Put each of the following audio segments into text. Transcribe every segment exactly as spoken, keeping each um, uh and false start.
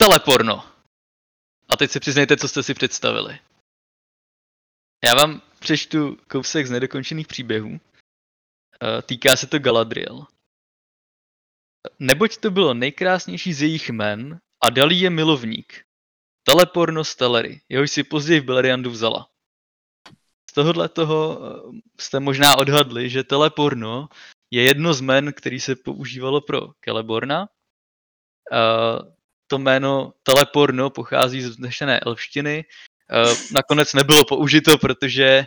Teleporno. A teď si přiznejte, co jste si představili. Já vám přečtu kousek z nedokončených příběhů. Týká se to Galadriel. Neboť to bylo nejkrásnější z jejich jmen a dal jí je milovník. Teleporno z Telery, jehož si později v Beleriandu vzala. Z tohohle toho jste možná odhadli, že Teleporno je jedno z jmen, který se používalo pro Celeborna. To jméno Teleporno pochází z vznešené elfštiny. Nakonec nebylo použito, protože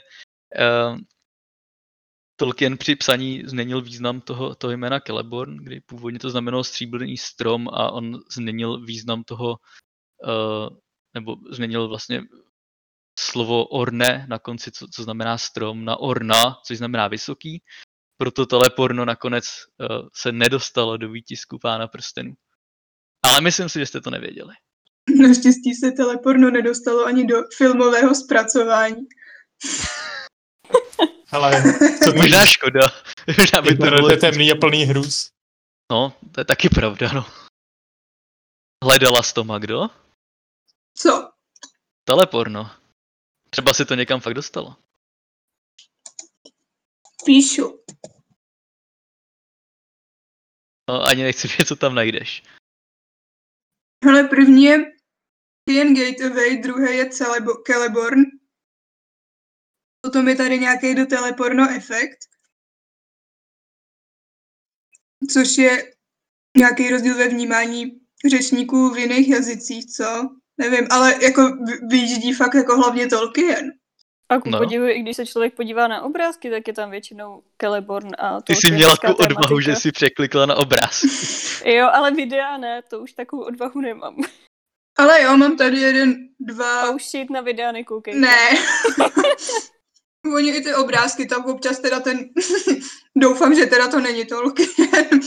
Tolkien při psaní změnil význam toho, toho jména Celeborn, kdy původně to znamenalo stříbrný strom a on změnil význam toho, nebo změnil vlastně slovo orne na konci, co, co znamená strom, na orna, což znamená vysoký. Proto Teleporno nakonec se nedostalo do výtisku Pána prstenů. Ale myslím si, že jste to nevěděli. Naštěstí se Teleporno nedostalo ani do filmového zpracování. Ale co to možná škoda. Možná by to bylo... To je temný a plný hrůz. No, to je taky pravda, no. Hledala jsi to, Magdo? Co? Teleporno. Třeba si to někam fakt dostalo. Píšu. No, ani nechci vědět, co tam najdeš. Hele, první je Ian Gateway, druhý je Celebo- Celeborn. Potom je tady nějaký do Teleporno efekt, což je nějaký rozdíl ve vnímání řečníků v jiných jazycích, co? Nevím, ale jako vyjíždí fakt jako hlavně Tolkien. A ku no. podivu, i když se člověk podívá na obrázky, tak je tam většinou Celeborn a Tolkien. Ty jsi měla tu odvahu, že jsi překlikla na obrázky. Jo, ale videa ne, to už takovou odvahu nemám. Ale jo, mám tady jeden, dva... A už si jít na videa nekoukejte. Ne. Oni i ty obrázky, tam občas teda ten... Doufám, že teda to není Tolkien.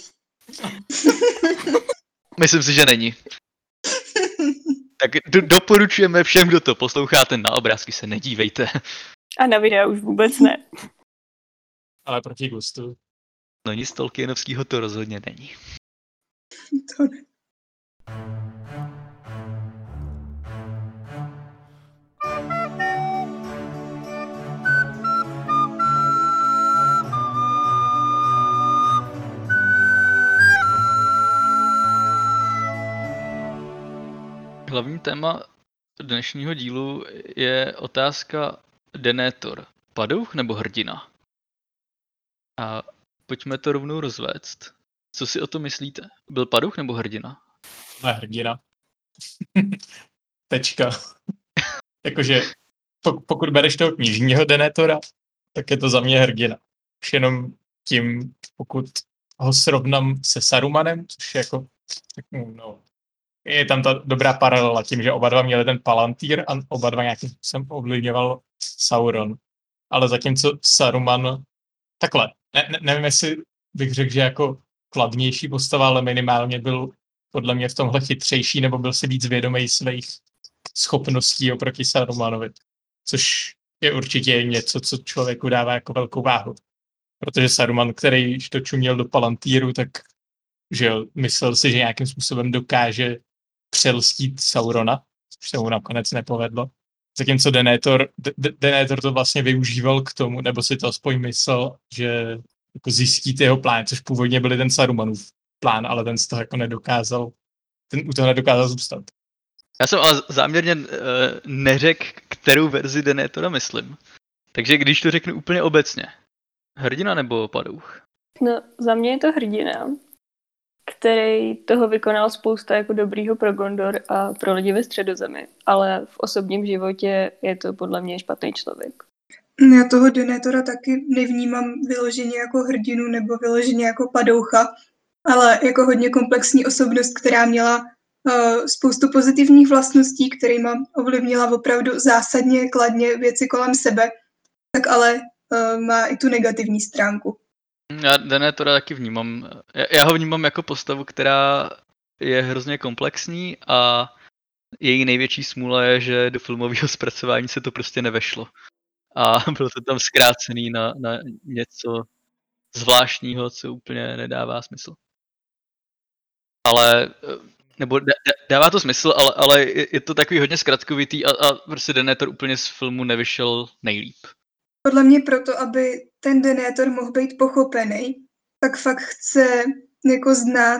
Myslím si, že není. Tak do- doporučujeme všem, kdo to posloucháte, na obrázky se nedívejte. A na videa už vůbec ne. Ale proti gustu. No nic Tolkienovského to rozhodně není. To ne. Hlavní téma dnešního dílu je otázka Denethor. Padouch nebo hrdina? A pojďme to rovnou rozvést. Co si o to myslíte? Byl padouch nebo hrdina? Ne, hrdina. Tečka. Jakože pokud bereš toho knižního Denethora, tak je to za mě hrdina. Už jenom tím, pokud ho srovnám se Sarumanem, což je jako, no, je tam ta dobrá paralela tím, že oba dva měli ten Palantír a oba dva nějakým způsobem ovlivňoval Sauron. Ale zatímco Saruman, takhle, ne, ne, nevím, jestli bych řekl, že jako kladnější postava, ale minimálně byl podle mě v tomhle chytřejší, nebo byl si víc vědomý svých schopností oproti Sarumanovi. Což je určitě něco, co člověku dává jako velkou váhu. Protože Saruman, který to čuměl do Palantíru, tak že jo, myslel si, že nějakým způsobem dokáže přelstít Saurona, což se mu nakonec nepovedlo. Zatímco Denethor, D- Denethor to vlastně využíval k tomu, nebo si to aspoň myslel, že jako zjistí jeho plán, což původně byl ten Sarumanův plán, ale ten z toho jako nedokázal, ten u toho nedokázal zůstat. Já jsem ale záměrně uh, neřekl, kterou verzi Denethora myslím. Takže když to řeknu úplně obecně. Hrdina nebo padouch? No, za mě je to hrdina, který toho vykonal spousta jako dobrýho pro Gondor a pro lidi ve Středozemi, ale v osobním životě je to podle mě špatný člověk. Já toho Denethora taky nevnímám vyloženě jako hrdinu nebo vyloženě jako padoucha, ale jako hodně komplexní osobnost, která měla uh, spoustu pozitivních vlastností, kterýma ovlivnila opravdu zásadně, kladně věci kolem sebe, tak ale uh, má i tu negativní stránku. Já Denethora taky vnímám. Já ho vnímám jako postavu, která je hrozně komplexní a její největší smůla je, že do filmového zpracování se to prostě nevešlo. A bylo to tam zkrácený na, na něco zvláštního, co úplně nedává smysl. Ale nebo d- d- dává to smysl, ale, ale je, je to takový hodně zkratkovitý a, a prostě Denethor úplně z filmu nevyšel nejlíp. Podle mě proto, aby ten Denethor mohl být pochopený, tak fakt chce jako znát,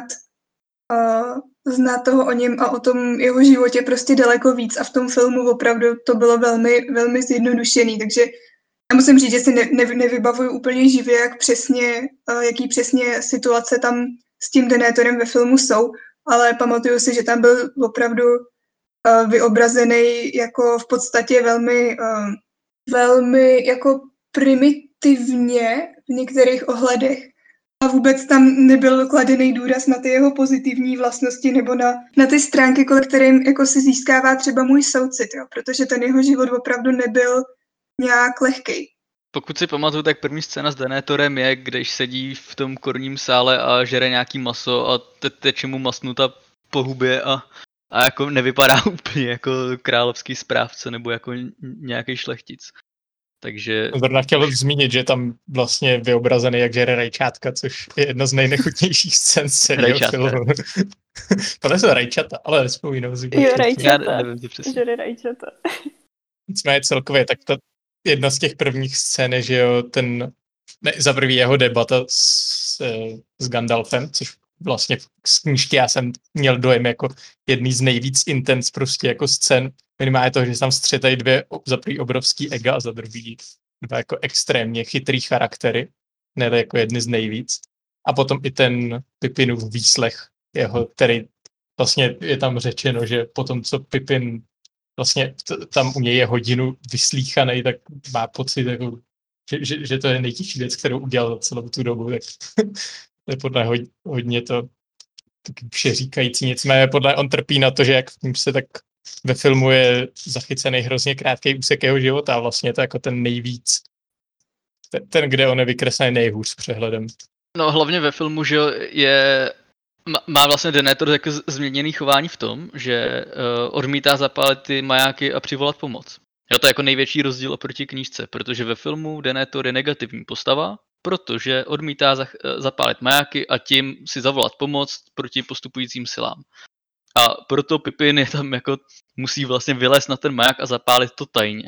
uh, znát toho o něm a o tom jeho životě prostě daleko víc a v tom filmu opravdu to bylo velmi, velmi zjednodušený, takže já musím říct, že si ne, ne, nevybavuju úplně živě, jak přesně, uh, jaký přesně situace tam s tím Denethorem ve filmu jsou, ale pamatuju si, že tam byl opravdu uh, vyobrazený jako v podstatě velmi, uh, velmi jako primitivně v některých ohledech a vůbec tam nebyl kladený důraz na ty jeho pozitivní vlastnosti nebo na, na ty stránky, kvůli kterým jako si získává třeba můj soucit, jo, protože ten jeho život opravdu nebyl nějak lehkej. Pokud si pamatuju, tak první scéna s Denethorem je, když sedí v tom korním sále a žere nějaký maso a te- teče mu masnuta po hubě a, a jako nevypadá úplně jako královský správce nebo jako nějaký šlechtic. Takže... Zrovna chtěl zmínit, že je tam vlastně vyobrazený jak žere rajčátka, což je jedna z nejnechutnějších scén z celého filmu. Tohle jsou rajčata, ale nespomínám si. Jo, rajčata. Já nevím, přesně. Žere rajčata. Nicméně celkově, tak ta jedna z těch prvních scén je, že jo, ten, ne, za prvý jeho debata s, s Gandalfem, což vlastně z knížky já jsem měl dojem jako jedný z nejvíc intens prostě jako scén. Minimálně toho, že se tam střetají dvě za prvý obrovský ega a za druhý dva jako extrémně chytrý charaktery, ne jako jedny z nejvíc. A potom i ten Pipinův výslech jeho, který vlastně je tam řečeno, že potom, co Pipin vlastně t- tam u něj je hodinu vyslíchanej, tak má pocit, jako, že, že, že to je nejtěžší věc, kterou udělal za celou tu dobu. Tak to je podle hodně, hodně to taky všeříkající. Nicméně podle on trpí na to, že jak v knížce, tak ve filmu je zachycený hrozně krátký úsek jeho života a vlastně je to jako ten nejvíc, ten, ten kde on je vykreslený nejhůř s přehledem. No hlavně ve filmu, že je... Má vlastně Denethor jako změněný chování v tom, že uh, odmítá zapálit ty majáky a přivolat pomoc. Jo, to je jako největší rozdíl oproti knížce, protože ve filmu Denethor je negativní postava, protože odmítá za, uh, zapálit majáky a tím si zavolat pomoc proti postupujícím silám. A proto Pipin je tam jako musí vlastně vylézt na ten maják a zapálit to tajně.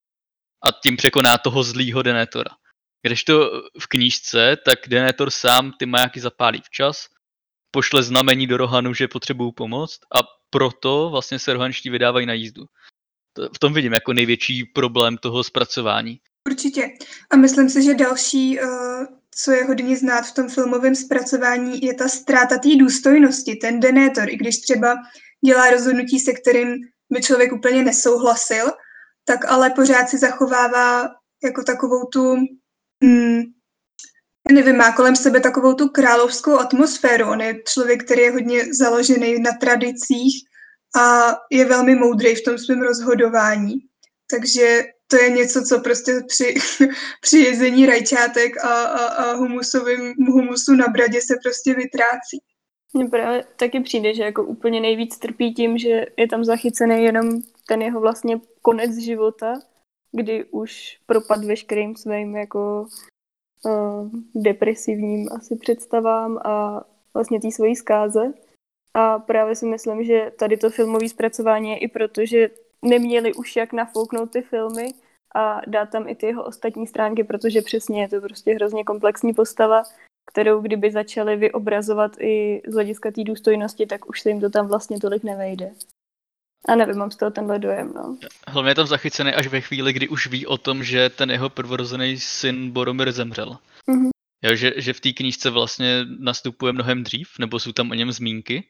A tím překoná toho zlýho Denethora. Kdežto v knížce, tak Denethor sám ty majáky zapálí včas, pošle znamení do Rohanu, že potřebují pomoct a proto vlastně se rohanští vydávají na jízdu. V tom vidím jako největší problém toho zpracování. Určitě. A myslím si, že další, co je hodně znát v tom filmovém zpracování, je ta ztráta té důstojnosti. Ten Denethor, i když třeba dělá rozhodnutí, se kterým by člověk úplně nesouhlasil, tak ale pořád si zachovává jako takovou tu... Hmm, nevím, má kolem sebe takovou tu královskou atmosféru. On je člověk, který je hodně založený na tradicích a je velmi moudrý v tom svém rozhodování. Takže to je něco, co prostě při, při jezení rajčátek a, a, a humusovým, humusu na bradě se prostě vytrácí. Mně právě taky přijde, že jako úplně nejvíc trpí tím, že je tam zachycený jenom ten jeho vlastně konec života, kdy už propad veškerým svým jako Uh, depresivním asi představám a vlastně té svojí zkáze. A právě si myslím, že tady to filmové zpracování je i proto, že neměli už jak nafouknout ty filmy a dát tam i ty jeho ostatní stránky, protože přesně je to prostě hrozně komplexní postava, kterou kdyby začali vyobrazovat i z hlediska té důstojnosti, tak už se jim to tam vlastně tolik nevejde. A nevím, mám z toho tenhle dojem, no. Hlavně je tam zachycený až ve chvíli, kdy už ví o tom, že ten jeho prvorozený syn Boromir zemřel. Mm-hmm. Jo, že, že v té knížce vlastně nastupuje mnohem dřív, nebo jsou tam o něm zmínky.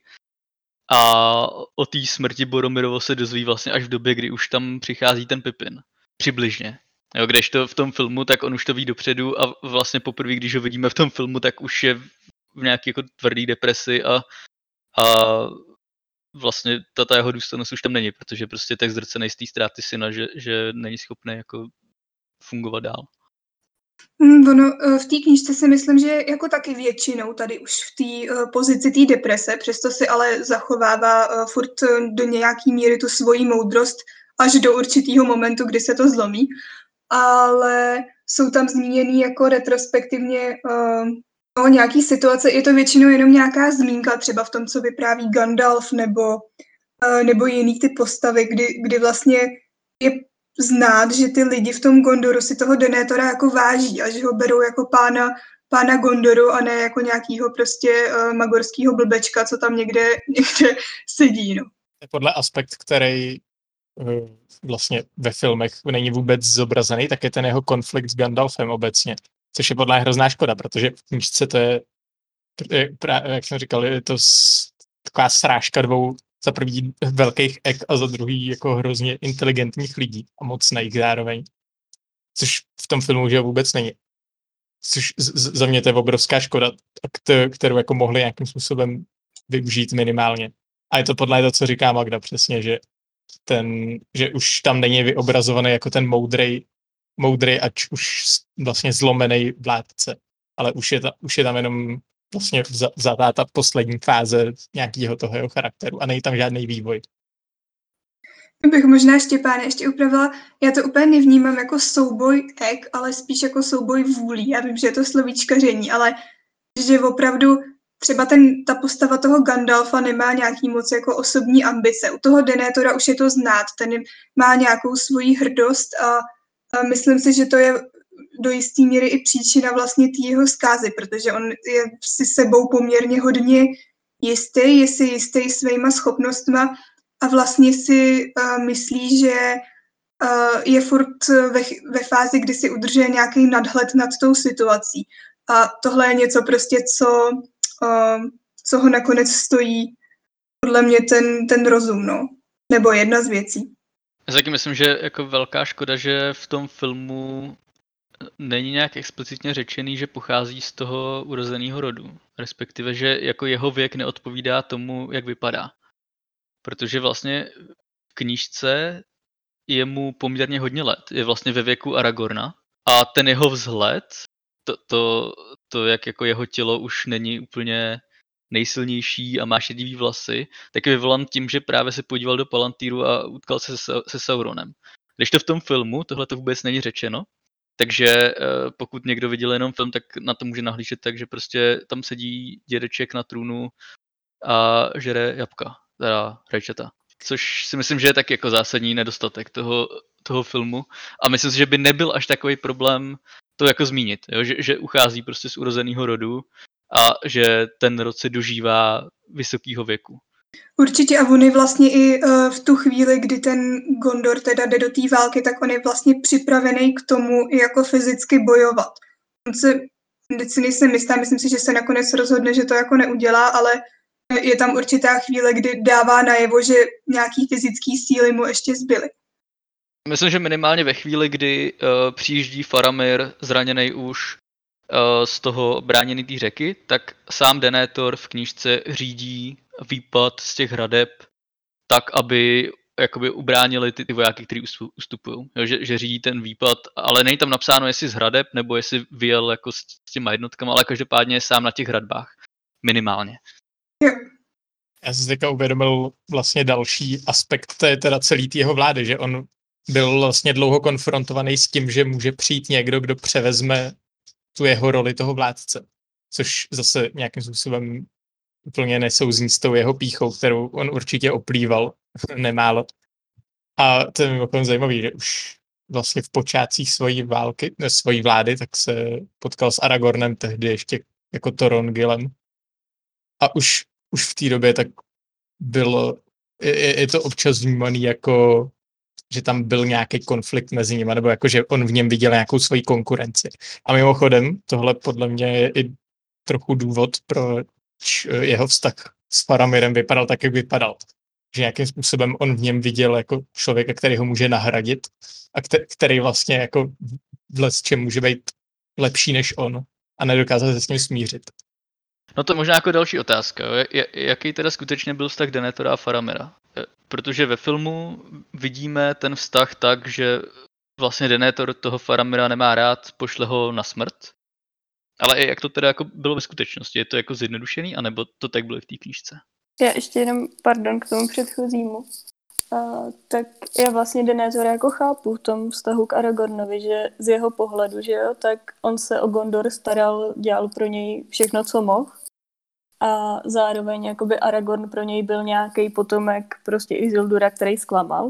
A o té smrti Boromirovo se dozví vlastně až v době, kdy už tam přichází ten Pipin. Přibližně. Jo, kdežto v tom filmu, tak on už to ví dopředu a vlastně poprvé, když ho vidíme v tom filmu, tak už je v nějaké jako tvrdý depresi a, a vlastně ta, ta jeho důstojnost už tam není, protože prostě tak zdrcený z té ztráty syna, že, že není schopný jako fungovat dál. Mm, ono, v té knížce si myslím, že jako taky většinou tady už v té uh, pozici té deprese, přesto si ale zachovává uh, furt do nějaký míry tu svoji moudrost až do určitého momentu, kdy se to zlomí. Ale jsou tam zmíněný jako retrospektivně uh, o nějaký situace, je to většinou jenom nějaká zmínka, třeba v tom, co vypráví Gandalf, nebo, uh, nebo jiný ty postavy, kdy, kdy vlastně je znát, že ty lidi v tom Gondoru si toho Denethora jako váží a že ho berou jako pána, pána Gondoru a ne jako nějakýho prostě uh, magorskýho blbečka, co tam někde, někde sedí, no. Podle aspekt, který uh, vlastně ve filmech není vůbec zobrazený, tak je ten jeho konflikt s Gandalfem obecně. Což je podle mě hrozná škoda, protože v knížce to je, je jak jsem říkal, je to s, taková srážka dvou za první velkých ek a za druhý jako hrozně inteligentních lidí a mocných zároveň. Což v tom filmu že vůbec není. Což z, za mě to je obrovská škoda, kterou jako mohli nějakým způsobem využít minimálně. A je to podle to, co říká Magda přesně, že, ten, že už tam není vyobrazovaný jako ten moudrej, moudrej ač už vlastně zlomený vládce, ale už je, ta, už je tam jenom vlastně vzatá ta poslední fáze nějakého toho jeho charakteru a není tam žádný vývoj. Bych možná Štěpáne ještě upravila, já to úplně nevnímám jako souboj ek, ale spíš jako souboj vůlí. Já vím, že je to slovíčkaření, ale že opravdu třeba ten, ta postava toho Gandalfa nemá nějaký moc jako osobní ambice. U toho Denethora už je to znát, ten má nějakou svoji hrdost a, a myslím si, že to je do jisté míry i příčina vlastně té jeho zkázy, protože on je si sebou poměrně hodně jistý, je si jistý svýma schopnostma a vlastně si uh, myslí, že uh, je furt ve, ve fázi, kdy si udržuje nějaký nadhled nad tou situací. A tohle je něco prostě, co, uh, co ho nakonec stojí podle mě ten, ten rozum, no. Nebo jedna z věcí. Já taky myslím, že jako velká škoda, že v tom filmu není nějak explicitně řečený, že pochází z toho urozeného rodu. Respektive, že jako jeho věk neodpovídá tomu, jak vypadá. Protože vlastně v knížce je mu poměrně hodně let. Je vlastně ve věku Aragorna. A ten jeho vzhled, to, to, to jak jako jeho tělo už není úplně nejsilnější a má šedivý vlasy, tak je vyvolan tím, že právě se podíval do Palantíru a utkal se se, se Sauronem. Když to v tom filmu, tohle to vůbec není řečeno, takže pokud někdo viděl jenom film, tak na to může nahlížet tak, že prostě tam sedí dědeček na trůnu a žere jabka, teda rajčata. Což si myslím, že je tak jako zásadní nedostatek toho, toho filmu. A myslím si, že by nebyl až takový problém to jako zmínit, jo? Že, že uchází prostě z urozeného rodu a že ten rod se dožívá vysokého věku. Určitě a on je vlastně i uh, v tu chvíli, kdy ten Gondor teda jde do té války, tak on je vlastně připravený k tomu jako fyzicky bojovat. On se, teď si nejsem jistá, myslím si, že se nakonec rozhodne, že to jako neudělá, ale je tam určitá chvíle, kdy dává najevo, že nějaký fyzický síly mu ještě zbyly. Myslím, že minimálně ve chvíli, kdy uh, přijíždí Faramir zraněný už uh, z toho bráněný té řeky, tak sám Denethor v knížce řídí výpad z těch hradeb tak, aby jakoby ubránili ty, ty vojáky, kteří ustupují. Že, že řídí ten výpad, ale není tam napsáno, jestli z hradeb, nebo jestli vyjel jako s, s těma jednotkama, ale každopádně je sám na těch hradbách. Minimálně. Já jsem si teďka uvědomil vlastně další aspekt té teda celý té jeho vlády, že on byl vlastně dlouho konfrontovaný s tím, že může přijít někdo, kdo převezme tu jeho roli toho vládce. Což zase nějakým způsobem úplně nesouzní s tou jeho pýchou, kterou on určitě oplýval nemálo. A to je mimochodem zajímavý, že už vlastně v počátcích svojí války, ne, svojí vlády, tak se potkal s Aragornem tehdy ještě jako Thorongilem. A už, už v té době tak bylo, je, je to občas vnímaný jako, že tam byl nějaký konflikt mezi nimi, nebo jako, že on v něm viděl nějakou svoji konkurenci. A mimochodem, tohle podle mě je i trochu důvod, proč jeho vztah s Faramirem vypadal tak, jak vypadal. Že nějakým způsobem on v něm viděl jako člověka, který ho může nahradit a který vlastně jako v čem může být lepší než on a nedokázal se s ním smířit. No to je možná jako další otázka. Jaký teda skutečně byl vztah Denethora a Faramira? Protože ve filmu vidíme ten vztah tak, že vlastně Denethor toho Faramira nemá rád, pošle ho na smrt. Ale jak to teda jako bylo ve skutečnosti? Je to jako zjednodušený, anebo to tak bylo v té knížce? Já ještě jenom, pardon, k tomu předchozímu. A, tak já vlastně Denethora jako chápu v tom vztahu k Aragornovi, že z jeho pohledu, že jo, tak on se o Gondor staral, dělal pro něj všechno, co mohl. A zároveň jakoby Aragorn pro něj byl nějaký potomek prostě Isildura, který zklamal.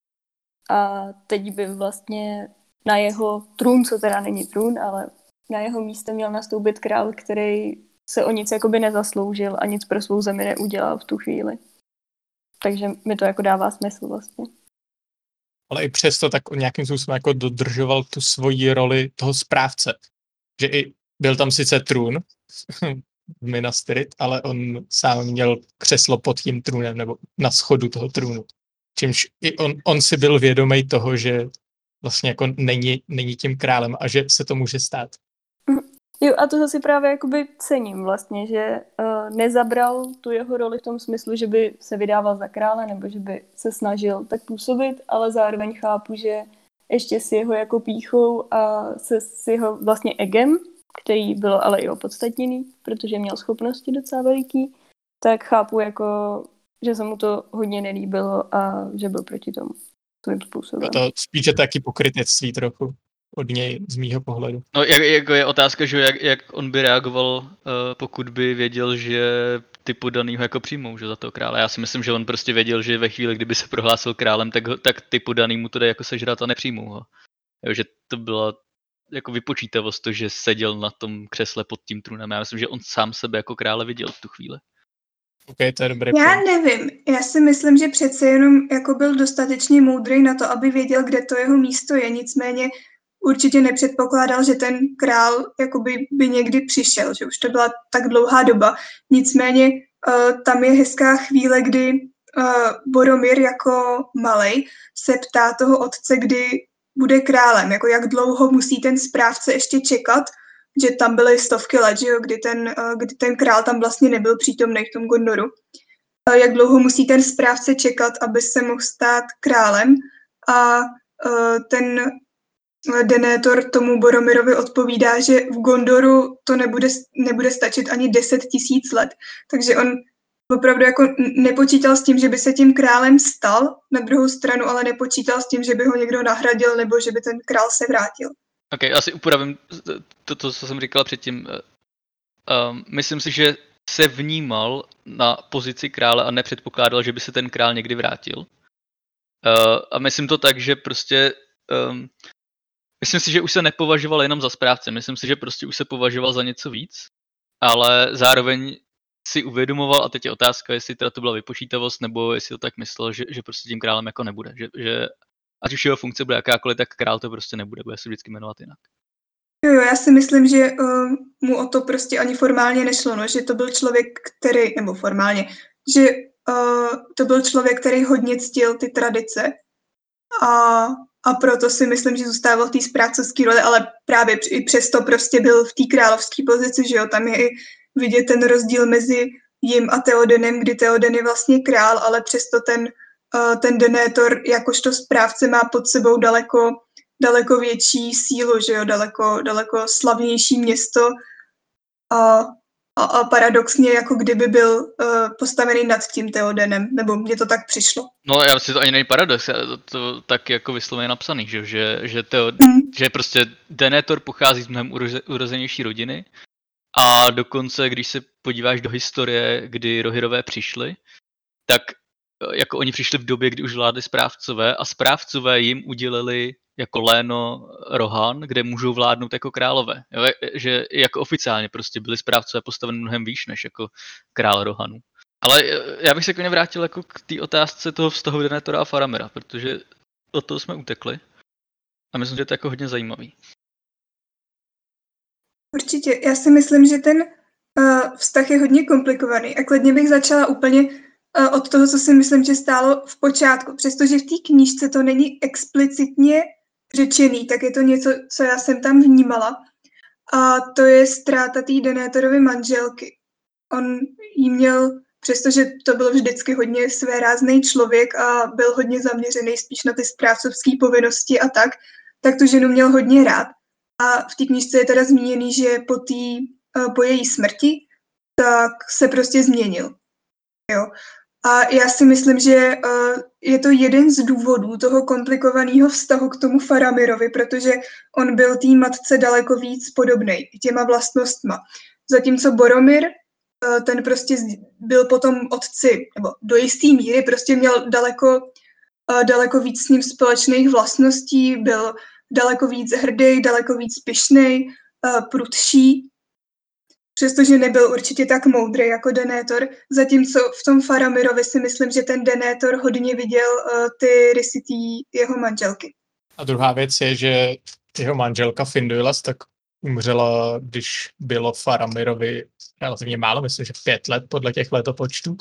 A teď by vlastně na jeho trůn, co teda není trůn, ale na jeho místě měl nastoupit král, který se o nic jakoby nezasloužil a nic pro svou zemi neudělal v tu chvíli. Takže mi to jako dává smysl vlastně. Ale i přesto tak on nějakým způsobem jako dodržoval tu svoji roli toho správce. Že i byl tam sice trůn v Minas Tirith, ale on sám měl křeslo pod tím trůnem nebo na schodu toho trůnu. Čímž i on, on si byl vědomý toho, že vlastně jako není, není tím králem a že se to může stát. Jo, a to si právě jakoby cením vlastně, že uh, nezabral tu jeho roli v tom smyslu, že by se vydával za krále nebo že by se snažil tak působit, ale zároveň chápu, že ještě s jeho jako pýchou a se s jeho vlastně egem, který bylo ale i opodstatněný, protože měl schopnosti docela veliký, tak chápu jako, že se mu to hodně nelíbilo a že byl proti tomu svým způsobem. To spíš je taky pokrytectví trochu od něj z mýho pohledu. No jak, jako je otázka, že jak, jak on by reagoval, uh, pokud by věděl, že ty podaný ho jako přijmou, že za toho krále. Já si myslím, že on prostě věděl, že ve chvíli, kdyby se prohlásil králem, tak, ho, tak ty podaný mu to dají jako sežrat a nepřijmou ho. Jo, že to byla jako vypočítavost to, že seděl na tom křesle pod tím trůnem. Já myslím, že on sám sebe jako krále viděl v tu chvíli. Okay, to je dobrý Já point. nevím, já si myslím, že přece jenom jako byl dostatečně moudrý na to, aby věděl, kde to jeho místo je, nicméně určitě nepředpokládal, že ten král jakoby by někdy přišel, že už to byla tak dlouhá doba. Nicméně uh, tam je hezká chvíle, kdy uh, Boromir jako malej se ptá toho otce, kdy bude králem, jako jak dlouho musí ten správce ještě čekat, že tam byly stovky let, že jo, kdy, ten, uh, kdy ten král tam vlastně nebyl přítomný v tom Gondoru. Uh, jak dlouho musí ten správce čekat, aby se mohl stát králem a uh, ten Denethor tomu Boromirovi odpovídá, že v Gondoru to nebude, nebude stačit ani deset tisíc let. Takže on opravdu jako nepočítal s tím, že by se tím králem stal na druhou stranu, ale nepočítal s tím, že by ho někdo nahradil nebo že by ten král se vrátil. Ok, asi upravím to, to co jsem říkal předtím. Um, myslím si, že se vnímal na pozici krále a nepředpokládal, že by se ten král někdy vrátil. Uh, a myslím to tak, že prostě um, myslím si, že už se nepovažoval jenom za správce, myslím si, že prostě už se považoval za něco víc, ale zároveň si uvědomoval, a teď je otázka, jestli teda to byla vypočítavost, nebo jestli to tak myslel, že, že prostě tím králem jako nebude, že, že ať už jeho funkce bude jakákoliv, tak král to prostě nebude, bude se vždycky jmenovat jinak. Jo, jo, já si myslím, že uh, mu o to prostě ani formálně nešlo, no, že to byl člověk, který, nebo formálně, že uh, to byl člověk, který hodně ctil ty tradice a A proto si myslím, že zůstával v té správcovské roli, ale právě i přesto prostě byl v té královské pozici, že jo, tam je i vidět ten rozdíl mezi jim a Theodenem, kdy Theoden je vlastně král, ale přesto ten, uh, ten Denethor jakožto správce má pod sebou daleko, daleko větší sílu, že jo, daleko, daleko slavnější město a, a, a paradoxně jako kdyby byl uh, postavený nad tím Theodenem, nebo mně to tak přišlo. No já si to ani není paradox, to, to tak jako vysloveně napsaný, že, že, že, Theo, Mm. že prostě Denethor pochází z mnohem uroze, urozenější rodiny a dokonce, když se podíváš do historie, kdy Rohirové přišli, tak jako oni přišli v době, kdy už vládli správcové a správcové jim udělili jako léno Rohan, kde můžou vládnout jako králové. Jo? Že jako oficiálně prostě byli správcové postaveni mnohem výš než jako král Rohanu. Ale já bych se klidně vrátil jako k té otázce toho vztahu Denethora a Faramira, protože od toho jsme utekli a myslím, že to je jako hodně zajímavý. Určitě. Já si myslím, že ten uh, vztah je hodně komplikovaný a klidně bych začala úplně uh, od toho, co si myslím, že stálo v počátku. Přestože v té knížce to není explicitně řečený, tak je to něco, co já jsem tam vnímala. A to je ztráta té Denethorovy manželky. On jí měl, přestože to byl vždycky hodně svérázný člověk a byl hodně zaměřený spíš na ty správcovské povinnosti a tak, tak tu ženu měl hodně rád. A v té knížce je teda zmíněný, že po, tý, po její smrti tak se prostě změnil. Jo. A já si myslím, že uh, je to jeden z důvodů toho komplikovaného vztahu k tomu Faramirovi, protože on byl té matce daleko víc podobnej těma vlastnostma. Zatímco Boromir, uh, ten prostě byl potom otci, nebo do jisté míry prostě měl daleko, uh, daleko víc s ním společných vlastností, byl daleko víc hrdý, daleko víc pyšnej, uh, prudší, přestože nebyl určitě tak moudrý jako Denethor, zatímco v tom Faramirovi si myslím, že ten Denethor hodně viděl uh, ty rysy tý jeho manželky. A druhá věc je, že jeho manželka Finduilas tak umřela, když bylo Faramirovi relativně málo, myslím, že pět let podle těch letopočtů.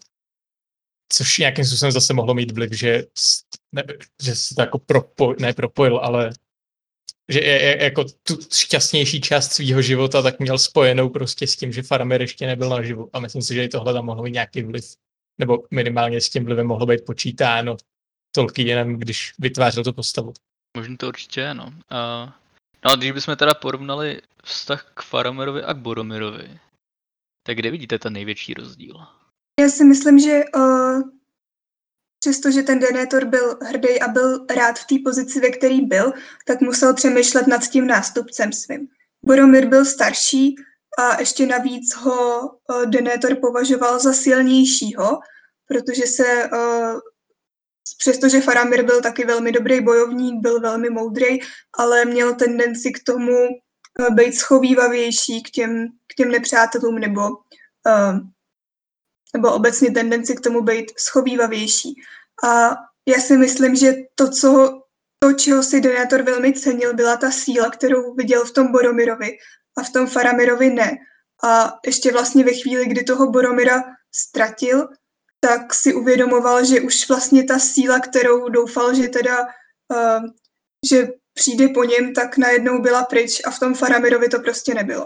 Což nějakým způsobem zase mohlo mít vliv, že, ne, že se to jako propoj, ne propojil, ale že je, je, jako tu šťastnější část svýho života tak měl spojenou prostě s tím, že Faramir ještě nebyl naživu. A myslím si, že i tohle tam mohlo mít nějaký vliv. Nebo minimálně s tím vlivem mohlo být počítáno Tolkienem, když vytvářel tu postavu. Možná to určitě je, no. A, no a když bychom teda porovnali vztah k Faramirovi a k Boromirovi, tak kde vidíte ten největší rozdíl? Já si myslím, že uh, přestože ten Denethor byl hrdý a byl rád v té pozici, ve který byl, tak musel přemýšlet nad tím nástupcem svým. Boromir byl starší a ještě navíc ho uh, Denethor považoval za silnějšího, protože se, uh, přestože Faramir byl taky velmi dobrý bojovník, byl velmi moudrý, ale měl tendenci k tomu uh, být schovývavější k těm, k těm nepřátelům nebo uh, nebo obecně tendenci k tomu být schovývavější. A já si myslím, že to, co, to čeho si Denethor velmi cenil, byla ta síla, kterou viděl v tom Boromirovi a v tom Faramirovi ne. A ještě vlastně ve chvíli, kdy toho Boromira ztratil, tak si uvědomoval, že už vlastně ta síla, kterou doufal, že teda, uh, že přijde po něm, tak najednou byla pryč a v tom Faramirovi to prostě nebylo.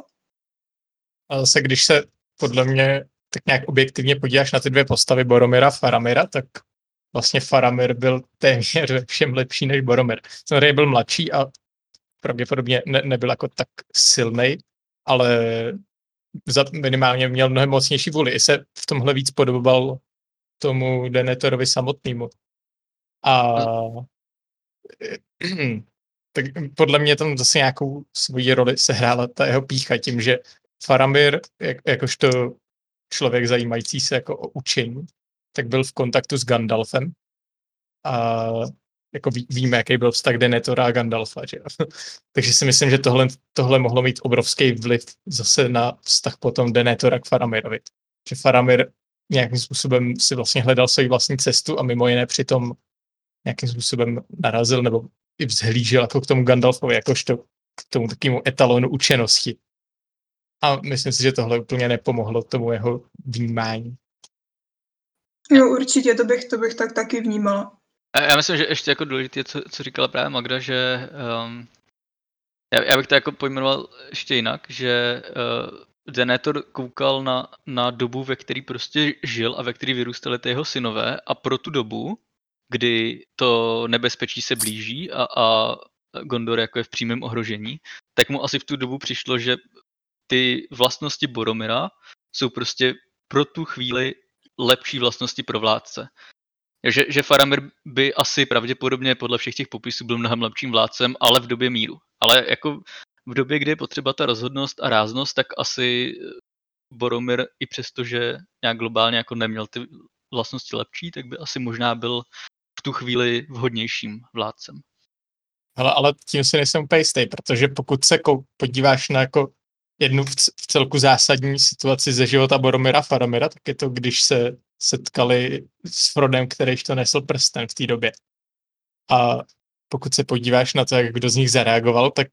A zase, když se podle mě tak nějak objektivně podíváš na ty dvě postavy Boromira a Faramira, tak vlastně Faramir byl téměř ve všem lepší než Boromir. Samozřejmě byl mladší a pravděpodobně ne, nebyl jako tak silnej, ale za, minimálně měl mnohem mocnější vůli. I se v tomhle víc podobal tomu Denethorovi samotnému. A tak podle mě tam zase nějakou svoji roli sehrála ta jeho pýcha tím, že Faramir, jak, jakožto člověk zajímající se jako o učení, tak byl v kontaktu s Gandalfem a jako ví, víme, jaký byl vztah Denethora a Gandalfa, že? Takže si myslím, že tohle, tohle mohlo mít obrovský vliv zase na vztah potom Denethora k Faramirovi. Že Faramir nějakým způsobem si vlastně hledal svou vlastní cestu a mimo jiné přitom nějakým způsobem narazil nebo i vzhlížel jako k tomu Gandalfovi, jakožto k tomu takovému etalonu učenosti. A myslím si, že tohle úplně nepomohlo tomu jeho vnímání. Jo, určitě, to bych, to bych tak taky vnímala. Já myslím, že ještě jako důležité, co, co říkala právě Magda, že um, já, já bych to jako pojmenoval ještě jinak, že uh, Denethor koukal na, na dobu, ve který prostě žil a ve který vyrůstali ty jeho synové a pro tu dobu, kdy to nebezpečí se blíží a, a Gondor jako je v přímém ohrožení, tak mu asi v tu dobu přišlo, že ty vlastnosti Boromira jsou prostě pro tu chvíli lepší vlastnosti pro vládce. Že, že Faramir by asi pravděpodobně podle všech těch popisů byl mnohem lepším vládcem, ale v době míru. Ale jako v době, kdy je potřeba ta rozhodnost a ráznost, tak asi Boromir i přesto, že nějak globálně jako neměl ty vlastnosti lepší, tak by asi možná byl v tu chvíli vhodnějším vládcem. Hele, ale tím si nejsem úplně jistý, protože pokud se podíváš na jako jednu v celku zásadní situaci ze života Boromira a Faramira, tak je to, když se setkali s Frodem, kterýž to nesl prsten v té době. A pokud se podíváš na to, jak kdo z nich zareagoval, tak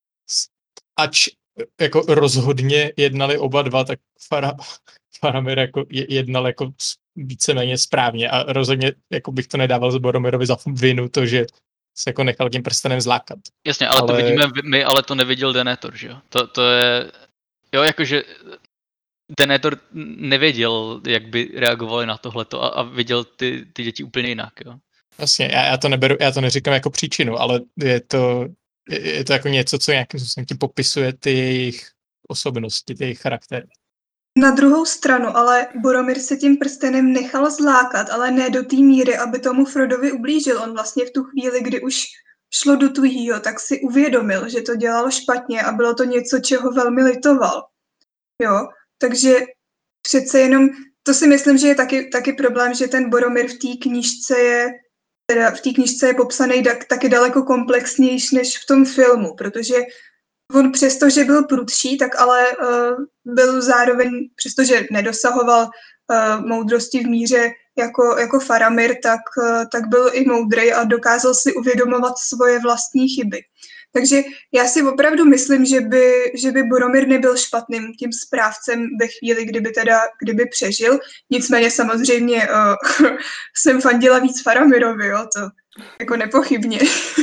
ač jako rozhodně jednali oba dva, tak Fara, Faramir jako jednal jako víceméně správně a rozhodně jako bych to nedával z Boromirovi za vinu, to, že se jako nechal tím prstenem zlákat. Jasně, ale, ale to vidíme my, ale to neviděl Denethor, že jo? To, to je, jo, jakože Denethor nevěděl, jak by reagovali na tohleto a, a viděl ty, ty děti úplně jinak, jo? Jasně, já, já to neberu, já to neříkám jako příčinu, ale je to, je, je to jako něco, co nějakým způsobem ti popisuje ty jejich osobnosti, ty jejich charaktery. Na druhou stranu, ale Boromir se tím prstenem nechal zlákat, ale ne do té míry, aby tomu Frodovi ublížil. On vlastně v tu chvíli, kdy už šlo do tuhýho, tak si uvědomil, že to dělalo špatně a bylo to něco, čeho velmi litoval. Jo, takže přece jenom, to si myslím, že je taky, taky problém, že ten Boromir v té knížce je, teda v té knížce je popsaný da, taky daleko komplexnější než v tom filmu, protože on přesto, že byl prudší, tak ale uh, byl zároveň, přestože nedosahoval uh, moudrosti v míře jako, jako Faramir, tak, uh, tak byl i moudrej a dokázal si uvědomovat svoje vlastní chyby. Takže já si opravdu myslím, že by, že by Boromir nebyl špatným tím správcem ve chvíli, kdyby teda, kdyby přežil. Nicméně samozřejmě uh, jsem fandila víc Faramirovi, jo, to jako nepochybně.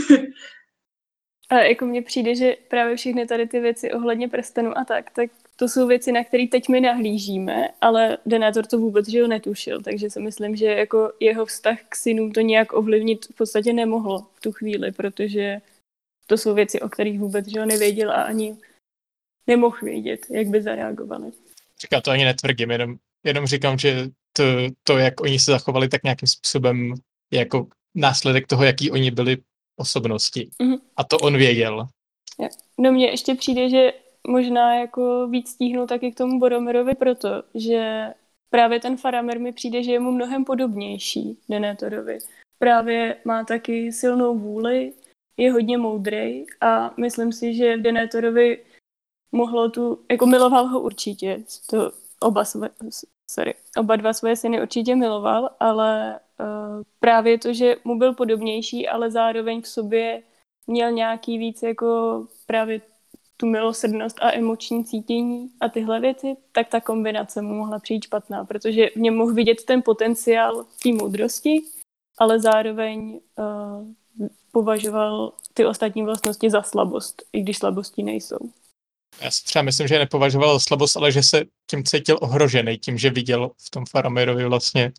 A jako mně přijde, že právě všechny tady ty věci ohledně prstenu a tak, tak to jsou věci, na které teď my nahlížíme, ale Denethor to vůbec, že ho netušil, takže si myslím, že jako jeho vztah k synům to nějak ovlivnit v podstatě nemohlo v tu chvíli, protože to jsou věci, o kterých vůbec, že ho nevěděl a ani nemohl vědět, jak by zareagovali. Říká to ani netvrdím, jenom, jenom říkám, že to, to, jak oni se zachovali, tak nějakým způsobem jako následek toho, jaký oni byli osobnosti. Mm-hmm. A to on věděl. No mně ještě přijde, že možná jako víc stíhnul taky k tomu Boromirovi proto, že právě ten Faramir mi přijde, že je mu mnohem podobnější Denethorovi. Právě má taky silnou vůli, je hodně moudrej a myslím si, že Denethorovi mohlo tu, jako miloval ho určitě, to oba, svoje, sorry, oba dva svoje syny určitě miloval, ale uh, právě to, že mu byl podobnější, ale zároveň v sobě měl nějaký víc jako právě tu milosrdnost a emoční cítění a tyhle věci, tak ta kombinace mu mohla přijít špatná, protože v něm mohl vidět ten potenciál té moudrosti, ale zároveň uh, považoval ty ostatní vlastnosti za slabost, i když slabostí nejsou. Já si třeba myslím, že nepovažoval za slabost, ale že se tím cítil ohrožený, tím, že viděl v tom Faramirovi vlastně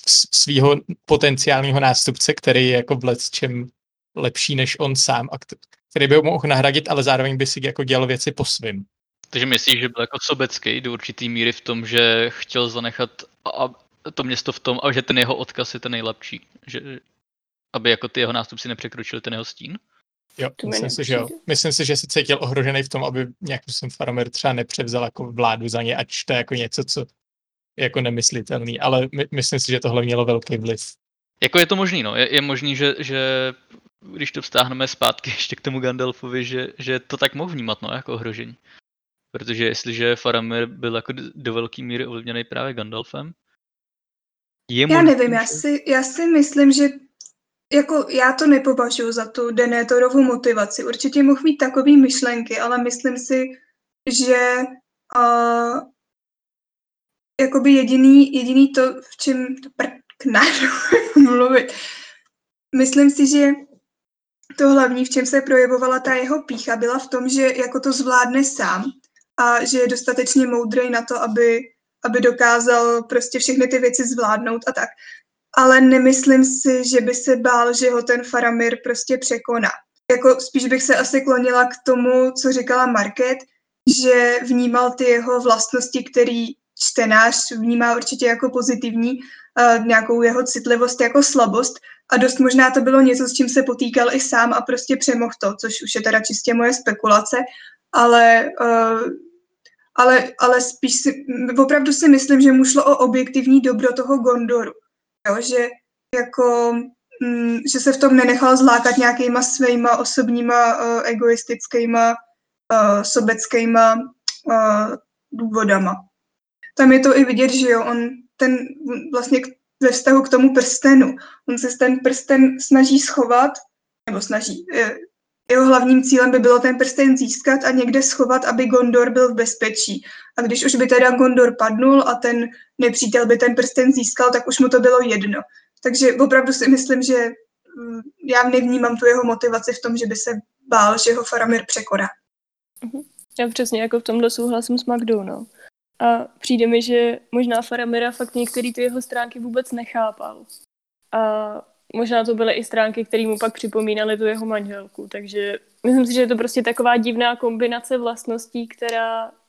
svýho potenciálního nástupce, který je jako v lecčem lepší než on sám a který by ho mohl nahradit, ale zároveň by si jako dělal věci po svým. Takže myslíš, že byl jako sobecký do určitý míry v tom, že chtěl zanechat a to město v tom, a že ten jeho odkaz je ten nejlepší, že aby jako ty jeho nástupci nepřekročili ten jeho stín? Jo, myslím si, že jo. Myslím si, že se cítil ohrožený v tom, aby nějakým způsobem Faramir třeba nepřevzal jako vládu za ně, ač to je jako něco, co je jako nemyslitelný, ale my, myslím si, že tohle mělo velký vliv. Jako je to možný, no. Je, je možný, že, že když to vztáhneme zpátky ještě k tomu Gandalfovi, že, že to tak mohl vnímat, no, jako ohrožení. Protože jestliže Faramir byl jako do velké míry ovlivněný právě Gandalfem, je já možný, nevím, že... já si, já si myslím, že jako já to nepovažuji za tu Denethorovu motivaci. Určitě mohl mít takový myšlenky, ale myslím si, že uh, jakoby jediný, jediný to, v čem to prknářu mluvit. Myslím si, že to hlavní, v čem se projevovala ta jeho pýcha, byla v tom, že jako to zvládne sám a že je dostatečně moudrej na to, aby, aby dokázal prostě všechny ty věci zvládnout a tak. Ale nemyslím si, že by se bál, že ho ten Faramir prostě překoná. Jako spíš bych se asi klonila k tomu, co říkala Market, že vnímal ty jeho vlastnosti, který čtenář vnímá určitě jako pozitivní, uh, nějakou jeho citlivost jako slabost a dost možná to bylo něco, s čím se potýkal i sám a prostě přemohl to, což už je teda čistě moje spekulace, ale, uh, ale, ale spíš si, opravdu si myslím, že mu šlo o objektivní dobro toho Gondoru. Jo, že, jako, mm, že se v tom nenechal zlákat nějakýma svýma osobníma uh, egoistickýma, uh, sobeckýma uh, důvodama. Tam je to i vidět, že jo, on ten vlastně ve vztahu k tomu prstenu, on se ten prsten snaží schovat, nebo snaží, jeho hlavním cílem by bylo ten prsten získat a někde schovat, aby Gondor byl v bezpečí. A když už by teda Gondor padnul a ten nepřítel by ten prsten získal, tak už mu to bylo jedno. Takže opravdu si myslím, že já nevnímám tu jeho motivaci v tom, že by se bál, že ho Faramir překoná. Já přesně jako v tomhle souhlasím s Magdou, no. A přijde mi, že možná Faramira fakt některé ty jeho stránky vůbec nechápal. A možná to byly i stránky, které mu pak připomínaly tu jeho manželku. Takže myslím si, že je to prostě taková divná kombinace vlastností, která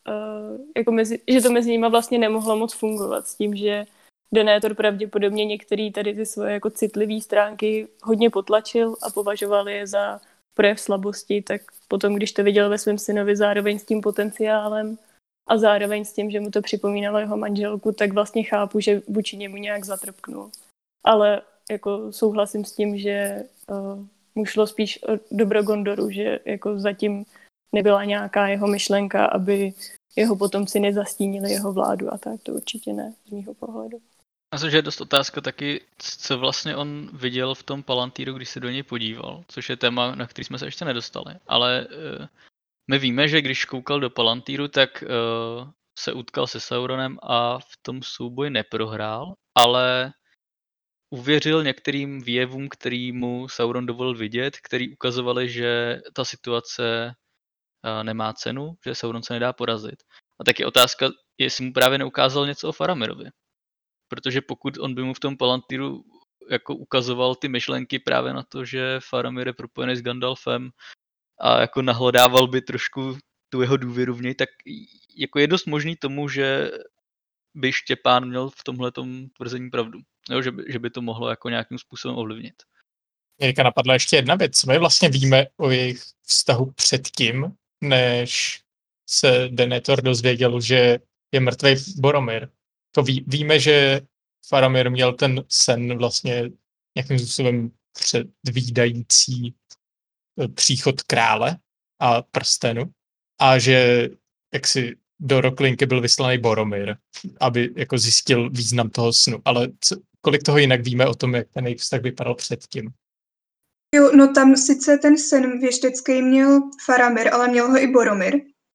uh, jako mezi, že to mezi nimi vlastně nemohlo moc fungovat s tím, že Denethor pravděpodobně některé tady ty svoje jako citlivé stránky hodně potlačil a považoval je za projev slabosti, tak potom, když to viděl ve svém synovi zároveň s tím potenciálem a zároveň s tím, že mu to připomínalo jeho manželku, tak vlastně chápu, že vůči němu nějak zatrpknul. Ale jako souhlasím s tím, že uh, mu šlo spíš o dobro Gondoru, že jako zatím nebyla nějaká jeho myšlenka, aby jeho potomci nezastínili jeho vládu a tak, to určitě ne, z mýho pohledu. Myslím, že je dost otázka taky, co vlastně on viděl v tom Palantíru, když se do něj podíval, což je téma, na který jsme se ještě nedostali. Ale uh, my víme, že když koukal do Palantíru, tak uh, se utkal se Sauronem a v tom souboji neprohrál, ale uvěřil některým výjevům, který mu Sauron dovolil vidět, který ukazovali, že ta situace uh, nemá cenu, že Sauron se nedá porazit. A tak je otázka, jestli mu právě neukázal něco o Faramirovi. Protože pokud on by mu v tom Palantíru jako ukazoval ty myšlenky právě na to, že Faramir je propojený s Gandalfem a jako nahledával by trošku tu jeho důvěru v něj, tak jako je dost možný tomu, že by Štěpán měl v tomhletom tvrzení pravdu. Jo, že, by, že by to mohlo jako nějakým způsobem ovlivnit. Jirka, napadla ještě jedna věc. My vlastně víme o jejich vztahu předtím, než se Denethor dozvěděl, že je mrtvý Boromir. To ví, víme, že Faramir měl ten sen vlastně nějakým způsobem předvídající příchod krále a prstenu a že jaksi do Roklinky byl vyslaný Boromir, aby jako zjistil význam toho snu. Ale co, kolik toho jinak víme o tom, jak ten jejich vztah vypadal předtím? Jo, no tam sice ten sen věštecký měl Faramir, ale měl ho i Boromir.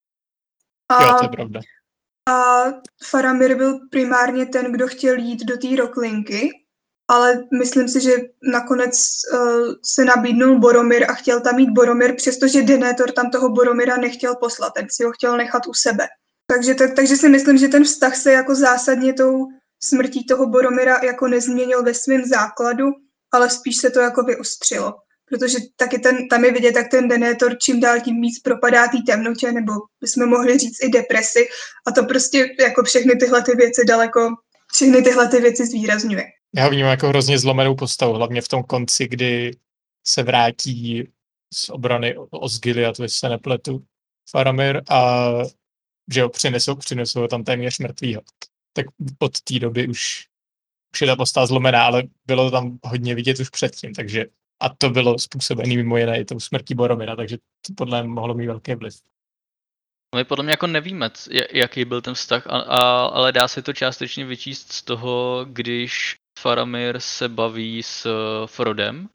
A, jo, to je pravda. A Faramir byl primárně ten, kdo chtěl jít do té Roklinky, ale myslím si, že nakonec uh, se nabídnul Boromir a chtěl tam mít Boromir, přestože Denethor tam toho Boromira nechtěl poslat, ten si ho chtěl nechat u sebe. Takže, tak, takže si myslím, že ten vztah se jako zásadně tou smrtí toho Boromira jako nezměnil ve svém základu, ale spíš se to jako vyostřilo. Protože taky ten, tam je vidět, jak ten Denethor čím dál tím víc propadá té temnotě, nebo bychom mohli říct i depresi. A to prostě jako všechny tyhle ty věci daleko, všechny tyhle ty věci zvýrazňuje. Já ho vnímám jako hrozně zlomenou postavu, hlavně v tom konci, kdy se vrátí z obrany Osgiliath, když se nepletu, Faramir a že ho přinesou, přinesou ho tam téměř mrtvýho. Tak od té doby už, už je ta postava zlomená, ale bylo to tam hodně vidět už předtím, takže a to bylo způsobené mimo jiné i tou smrtí Boromira, takže to podle mě mohlo mít velký vliv. My podle mě jako nevíme, jaký byl ten vztah, a, a, ale dá se to částečně vyčíst z toho, když Faramir se baví s Frodem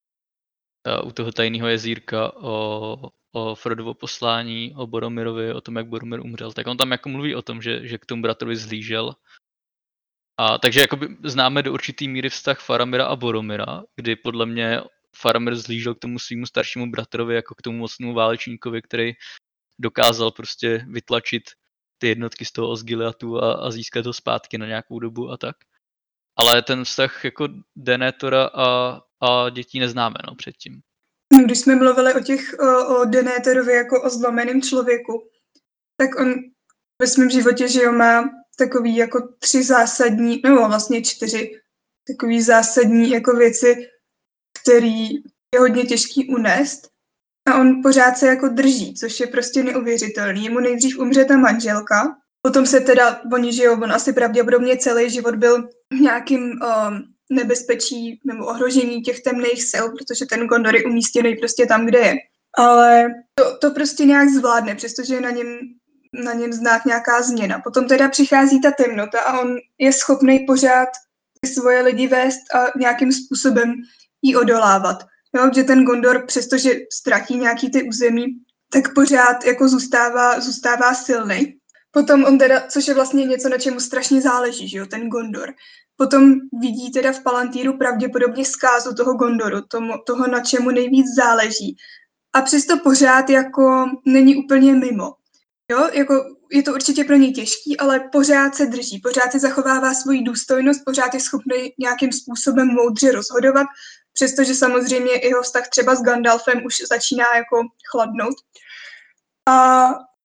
u toho tajného jezírka o, o Frodovo poslání, o Boromirovi, o tom, jak Boromir umřel. Tak on tam jako mluví o tom, že, že k tomu bratrovi zhlížel. A takže jakoby známe do určitý míry vztah Faramira a Boromira, kdy podle mě Faramir zhlížel k tomu svýmu staršímu bratrovi jako k tomu mocnému válečníkovi, který dokázal prostě vytlačit ty jednotky z toho Osgiliathu a, a získat ho zpátky na nějakou dobu a tak. Ale ten vztah jako Denethora a, a dětí neznáme, no, předtím. Když jsme mluvili o těch, o, o Denethorovi jako o zlomeném člověku, tak on ve svém životě, že jo, má takový jako tři zásadní, nebo vlastně čtyři takový zásadní jako věci, který je hodně těžký unést. A on pořád se jako drží, což je prostě neuvěřitelný. Jemu nejdřív umře ta manželka, potom se teda, oni žijou, on asi pravděpodobně celý život byl v nějakým um, nebezpečí nebo ohrožení těch temných sil, protože ten Gondor je umístěný prostě tam, kde je. Ale to, to prostě nějak zvládne, přestože je na něm, na něm znát nějaká změna. Potom teda přichází ta temnota a on je schopný pořád ty svoje lidi vést a nějakým způsobem jí odolávat. Jo, že ten Gondor, přestože ztratí nějaký ty území, tak pořád jako zůstává, zůstává silný. Potom on teda, což je vlastně něco, na čemu strašně záleží, že jo, ten Gondor. Potom vidí teda v Palantíru pravděpodobně zkázu toho Gondoru, tomu, toho, na čemu nejvíc záleží. A přesto pořád jako není úplně mimo. Jo, jako je to určitě pro něj těžký, ale pořád se drží, pořád si zachovává svoji důstojnost, pořád je schopný nějakým způsobem moudře rozhodovat, přestože samozřejmě jeho vztah třeba s Gandalfem už začíná jako chladnout. A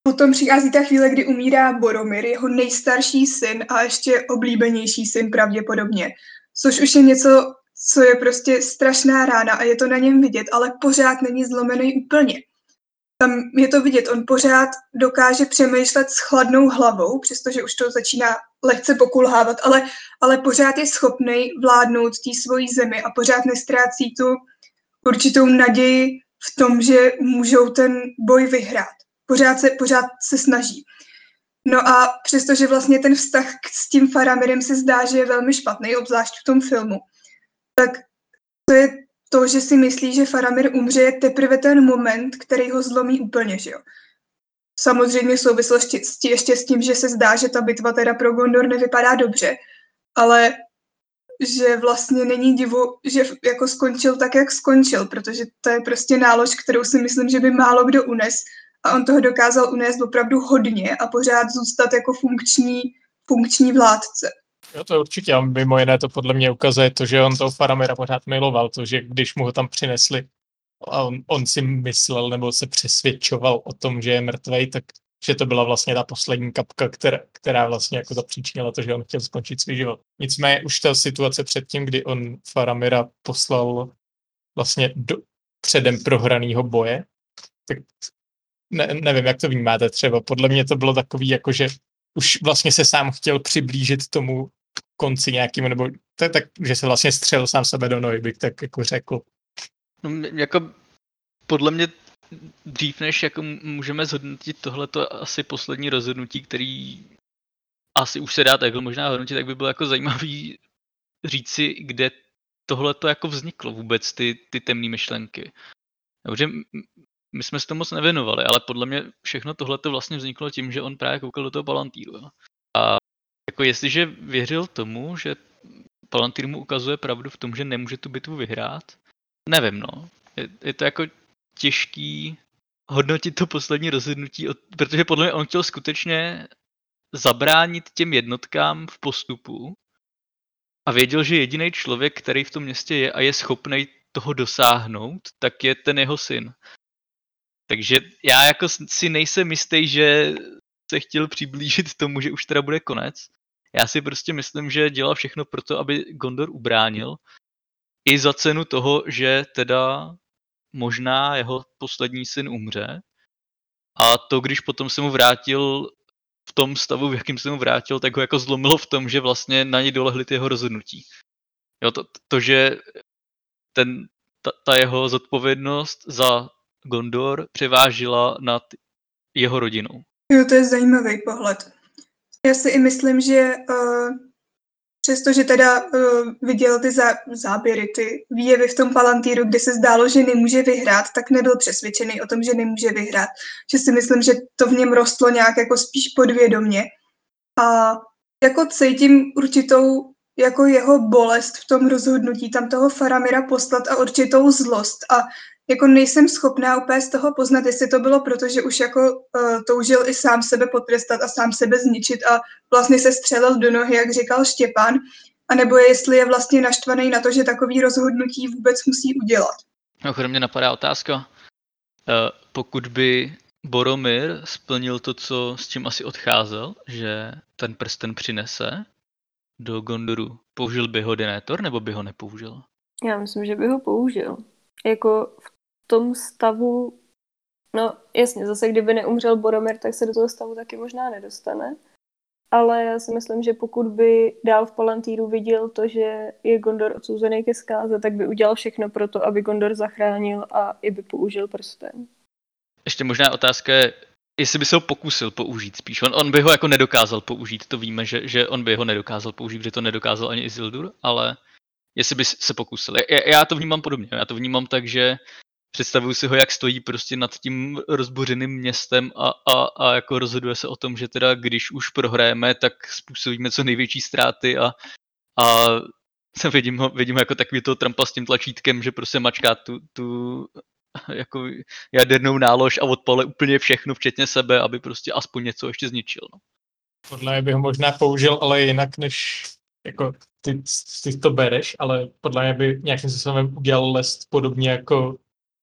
Potom přichází ta chvíle, kdy umírá Boromir, jeho nejstarší syn a ještě oblíbenější syn pravděpodobně. Což už je něco, co je prostě strašná rána a je to na něm vidět, ale pořád není zlomený úplně. Tam je to vidět, on pořád dokáže přemýšlet s chladnou hlavou, přestože už to začíná lehce pokulhávat, ale, ale pořád je schopný vládnout té svojí zemi a pořád nestrácí tu určitou naději v tom, že můžou ten boj vyhrát. Pořád se, pořád se snaží. No a přestože vlastně ten vztah s tím Faramirem se zdá, že je velmi špatný, obzvlášť v tom filmu, tak to je to, že si myslí, že Faramir umře, je teprve ten moment, který ho zlomí úplně, že jo. Samozřejmě v souvislosti ještě s tím, že se zdá, že ta bitva teda pro Gondor nevypadá dobře, ale že vlastně není divu, že jako skončil tak, jak skončil, protože to je prostě nálož, kterou si myslím, že by málo kdo unes a on toho dokázal unést opravdu hodně a pořád zůstat jako funkční, funkční vládce. Jo, to určitě, a mimo jiné to podle mě ukazuje to, že on toho Faramira pořád miloval, to, že když mu ho tam přinesli a on, on si myslel nebo se přesvědčoval o tom, že je mrtvej, tak že to byla vlastně ta poslední kapka, která, která vlastně jako zapříčinila to, že on chtěl skončit svůj život. Nicméně už ta situace předtím, kdy on Faramira poslal vlastně do předem prohranýho boje, tak ne, nevím, jak to vnímáte třeba. Podle mě to bylo takový, jako že už vlastně se sám chtěl přiblížit tomu konci nějakému, nebo tak, tak, že se vlastně střelil sám sebe do nohy, bych tak jako řekl. No, jako podle mě dřív, než jako můžeme zhodnotit tohleto asi poslední rozhodnutí, který asi už se dá takhle možná hodnotit, tak by bylo jako zajímavý říci, kde tohleto jako vzniklo vůbec, ty, ty temné myšlenky. Protože my jsme se to moc nevěnovali, ale podle mě všechno tohleto vlastně vzniklo tím, že on právě koukal do toho Palantíru. Jo. A jako jestliže věřil tomu, že Palantír mu ukazuje pravdu v tom, že nemůže tu bitvu vyhrát, nevím, no. Je, je to jako těžký hodnotit to poslední rozhodnutí, protože podle mě on chtěl skutečně zabránit těm jednotkám v postupu a věděl, že jediný člověk, který v tom městě je a je schopný toho dosáhnout, tak je ten jeho syn. Takže já jako si nejsem jistý, že se chtěl přiblížit tomu, že už teda bude konec. Já si prostě myslím, že dělal všechno pro to, aby Gondor ubránil. I za cenu toho, že teda možná jeho poslední syn umře. A to, když potom se mu vrátil v tom stavu, v jakým se mu vrátil, tak ho jako zlomilo v tom, že vlastně na něj dolehly ty jeho rozhodnutí. Jo, to, to že ten, ta, ta jeho zodpovědnost za Gondor převážila nad jeho rodinou. Jo, to je zajímavý pohled. Já si i myslím, že uh, přestože teda uh, viděl ty zá, záběry, ty výjevy v tom Palantíru, kde se zdálo, že nemůže vyhrát, tak nebyl přesvědčený o tom, že nemůže vyhrát. Že si myslím, že to v něm rostlo nějak jako spíš podvědomě. A jako cítím určitou jako jeho bolest v tom rozhodnutí tam toho Faramira poslat a určitou zlost. A jako nejsem schopná úplně z toho poznat, jestli to bylo proto, že už jako uh, toužil i sám sebe potrestat a sám sebe zničit a vlastně se střelil do nohy, jak říkal Štěpán, anebo jestli je vlastně naštvaný na to, že takový rozhodnutí vůbec musí udělat. No, mě napadá otázka. Uh, pokud by Boromir splnil to, co s čím asi odcházel, že ten prsten přinese do Gondoru, použil by ho Denethor, nebo by ho nepoužil? Já myslím, že by ho použil. Jako v tom stavu, no jasně, zase kdyby neumřel Boromir, tak se do toho stavu taky možná nedostane. Ale já si myslím, že pokud by dál v Palantíru viděl to, že je Gondor odsouzený ke zkáze, tak by udělal všechno pro to, aby Gondor zachránil a i by použil prsten. Ještě možná otázka je, jestli by se ho pokusil použít spíš. On, on by ho jako nedokázal použít, to víme, že, že on by ho nedokázal použít, protože to nedokázal ani Isildur, ale jestli by se pokusil. Já, já to vnímám podobně, já to vnímám tak, že představuju si ho, jak stojí prostě nad tím rozbořeným městem a, a, a jako rozhoduje se o tom, že teda když už prohrajeme, tak způsobíme co největší ztráty a, a vidím ho, vidím ho jako takový toho Trumpa s tím tlačítkem, že prostě mačká tu, tu jako jadernou nálož a odpale úplně všechno, včetně sebe, aby prostě aspoň něco ještě zničil. No. Podle mě bych ho možná použil, ale jinak než jako ty, ty to bereš, ale podle mě by nějakým způsobem udělal lest podobně jako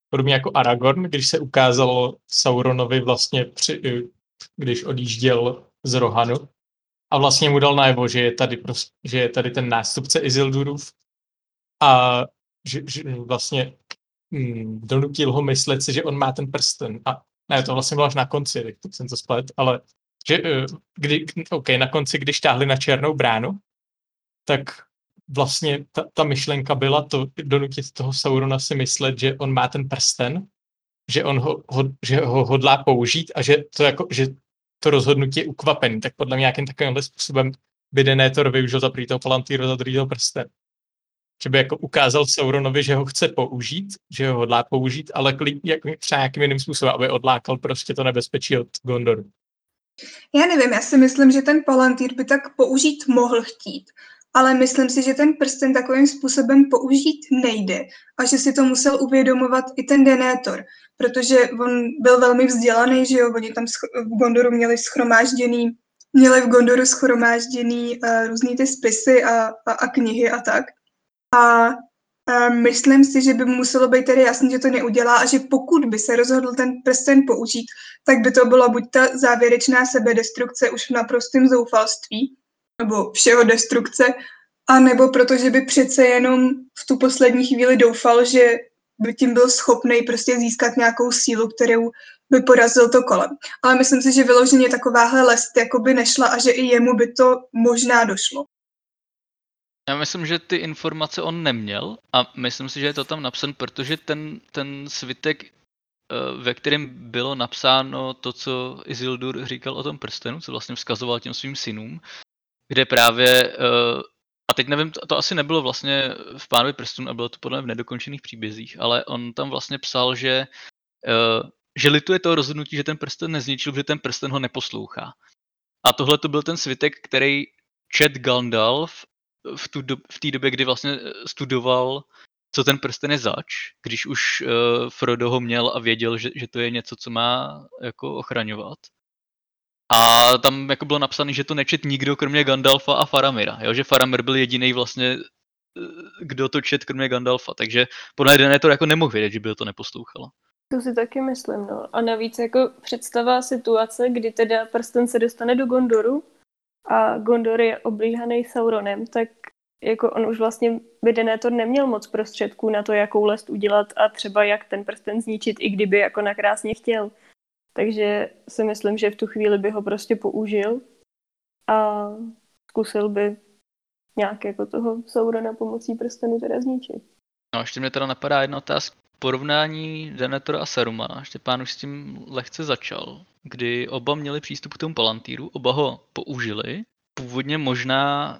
podobně jako Aragorn, když se ukázalo Sauronovi vlastně, při, když odjížděl z Rohanu a vlastně mu dal najevo, že je tady, prostě, že je tady ten nástupce Isildurův a že, že vlastně hmm, donutil ho myslet si, že on má ten prsten. A ne, to vlastně bylo až na konci, tak jsem to splet, ale že, kdy, OK, na konci, když táhli na Černou bránu, tak vlastně ta, ta myšlenka byla to donutit toho Saurona si myslet, že on má ten prsten, že on ho, ho, že ho hodlá použít a že to, jako, že to rozhodnutí je ukvapený. Tak podle mě nějakým takovýmhle způsobem by Denethor využil za první toho Palantíru, za druhý toho prsten. Že by jako ukázal Sauronovi, že ho chce použít, že ho hodlá použít, ale klid, jak, třeba nějakým jiným způsobem, aby odlákal prostě to nebezpečí od Gondoru. Já nevím, já si myslím, že ten Palantír by tak použít mohl chtít, ale myslím si, že ten prsten takovým způsobem použít nejde a že si to musel uvědomovat i ten Denethor, protože on byl velmi vzdělaný, že jo, oni tam v Gondoru měli schromážděný, měli v Gondoru schromážděný uh, různý ty spisy a, a, a knihy a tak. A, a myslím si, že by muselo být tedy jasný, že to neudělá a že pokud by se rozhodl ten prsten použít, tak by to byla buď ta závěrečná sebedestrukce už v naprostém zoufalství, nebo všeho destrukce, a nebo protože by přece jenom v tu poslední chvíli doufal, že by tím byl schopný prostě získat nějakou sílu, kterou by porazil to kolem. Ale myslím si, že vyloženě takováhle lest jako by nešla a že i jemu by to možná došlo. Já myslím, že ty informace on neměl a myslím si, že je to tam napsan, protože ten, ten svitek, ve kterém bylo napsáno to, co Isildur říkal o tom prstenu, co vlastně vzkazoval těm svým synům, kde právě, a teď nevím, to asi nebylo vlastně v Pánovi prstům a bylo to podle mě v nedokončených příbězích, ale on tam vlastně psal, že, že lituje toho rozhodnutí, že ten prsten nezničil, protože ten prsten ho neposlouchá. A tohle to byl ten svitek, který čet Gandalf v, tu do, v té době, kdy vlastně studoval, co ten prsten je zač, když už uh, Frodo ho měl a věděl, že, že to je něco, co má jako ochraňovat. A tam jako bylo napsané, že to nečet nikdo kromě Gandalfa a Faramira, jo? Že Faramir byl jediný vlastně, kdo to čet kromě Gandalfa, takže podle Denethor jako nemohl vědět, že by to neposlouchalo. To si taky myslím, no. A navíc jako představa situace, kdy teda prsten se dostane do Gondoru a Gondor je oblíhaný Sauronem, tak jako on už vlastně by Denethor neměl moc prostředků na to, jakou lest udělat a třeba jak ten prsten zničit, i kdyby jako nakrásně chtěl. Takže si myslím, že v tu chvíli by ho prostě použil a zkusil by nějak jako toho Saurona pomocí prstenu teda zničit. No ještě mě teda napadá jedna otázka. Porovnání Denethora a Sarumana. Štěpán už s tím lehce začal, kdy oba měli přístup k tomu Palantíru, oba ho použili. Původně možná,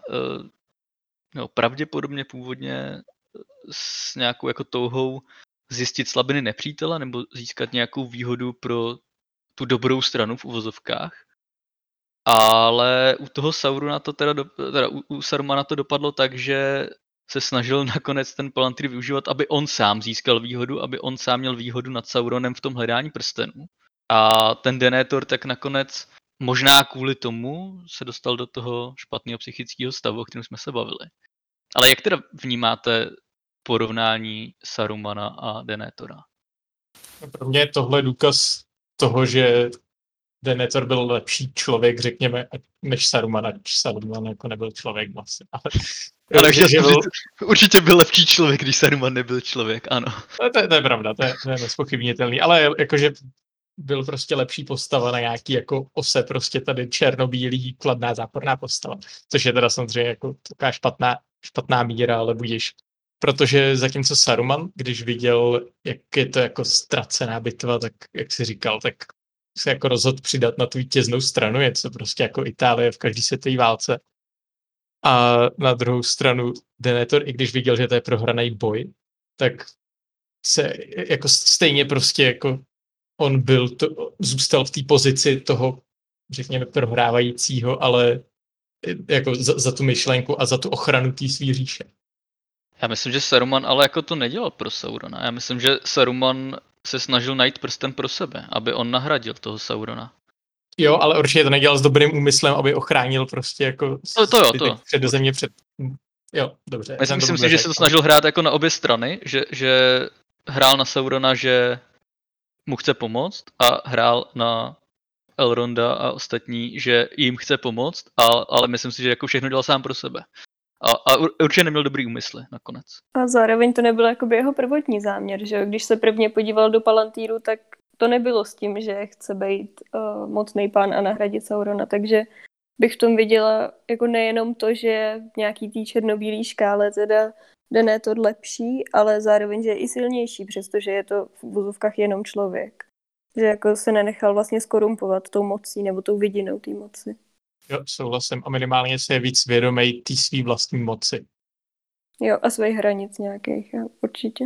no pravděpodobně původně s nějakou jako touhou zjistit slabiny nepřítele nebo získat nějakou výhodu pro tu dobrou stranu v uvozovkách. Ale u toho Saurona to teda, do, teda u, u Sarumana to dopadlo tak, že se snažil nakonec ten Palantír využívat, aby on sám získal výhodu, aby on sám měl výhodu nad Sauronem v tom hledání prstenů. A ten Denethor tak nakonec možná kvůli tomu se dostal do toho špatného psychického stavu, o kterém jsme se bavili. Ale jak teda vnímáte porovnání Sarumana a Denethora? Pro mě je tohle důkaz toho, že Denethor byl lepší člověk, řekněme, než Saruman, ať Saruman jako nebyl člověk vlastně. Ale, ale že, že byl... určitě byl lepší člověk, když Saruman nebyl člověk, ano. To, to, to je pravda, to je, to je nespochybnitelný, ale jakože byl prostě lepší postava na nějaký jako ose, prostě tady černobílý, kladná, záporná postava, což je teda samozřejmě jako taková špatná, špatná míra, ale budíš. Protože zatímco Saruman, když viděl, jak je to jako ztracená bitva, tak jak si říkal, tak se jako rozhodl přidat na tu vítěznou stranu, je to prostě jako Itálie v každé světové válce. A na druhou stranu Denethor, i když viděl, že to je prohraný boj, tak se jako stejně prostě jako on byl to, zůstal v té pozici toho, řekněme, prohrávajícího, ale jako za, za tu myšlenku a za tu ochranu té svý říše. Já myslím, že Saruman ale jako to nedělal pro Saurona. Já myslím, že Saruman se snažil najít prsten pro sebe, aby on nahradil toho Saurona. Jo, ale určitě to nedělal s dobrým úmyslem, aby ochránil prostě jako to, to jo, to. Předozemě před... Jo, dobře. Myslím, myslím si, že se to snažil hrát jako na obě strany, že, že hrál na Saurona, že mu chce pomoct a hrál na Elronda a ostatní, že jim chce pomoct, ale, ale myslím si, že jako všechno dělal sám pro sebe. A, a určitě neměl dobrý úmysly nakonec. A zároveň to nebyl jakoby jeho prvotní záměr, že jo? Když se prvně podíval do Palantíru, tak to nebylo s tím, že chce být uh, mocný pán a nahradit Saurona, takže bych v tom viděla jako nejenom to, že v nějaký té černobílé škále teda Denethor lepší, ale zároveň, že je i silnější, přestože je to v vozovkách jenom člověk. Že jako se nenechal vlastně skorumpovat tou mocí nebo tou vidinou té moci. Jo, souhlasím. A minimálně se je víc vědomej té svý vlastní moci. Jo, a svých hranic nějakých, jo, určitě.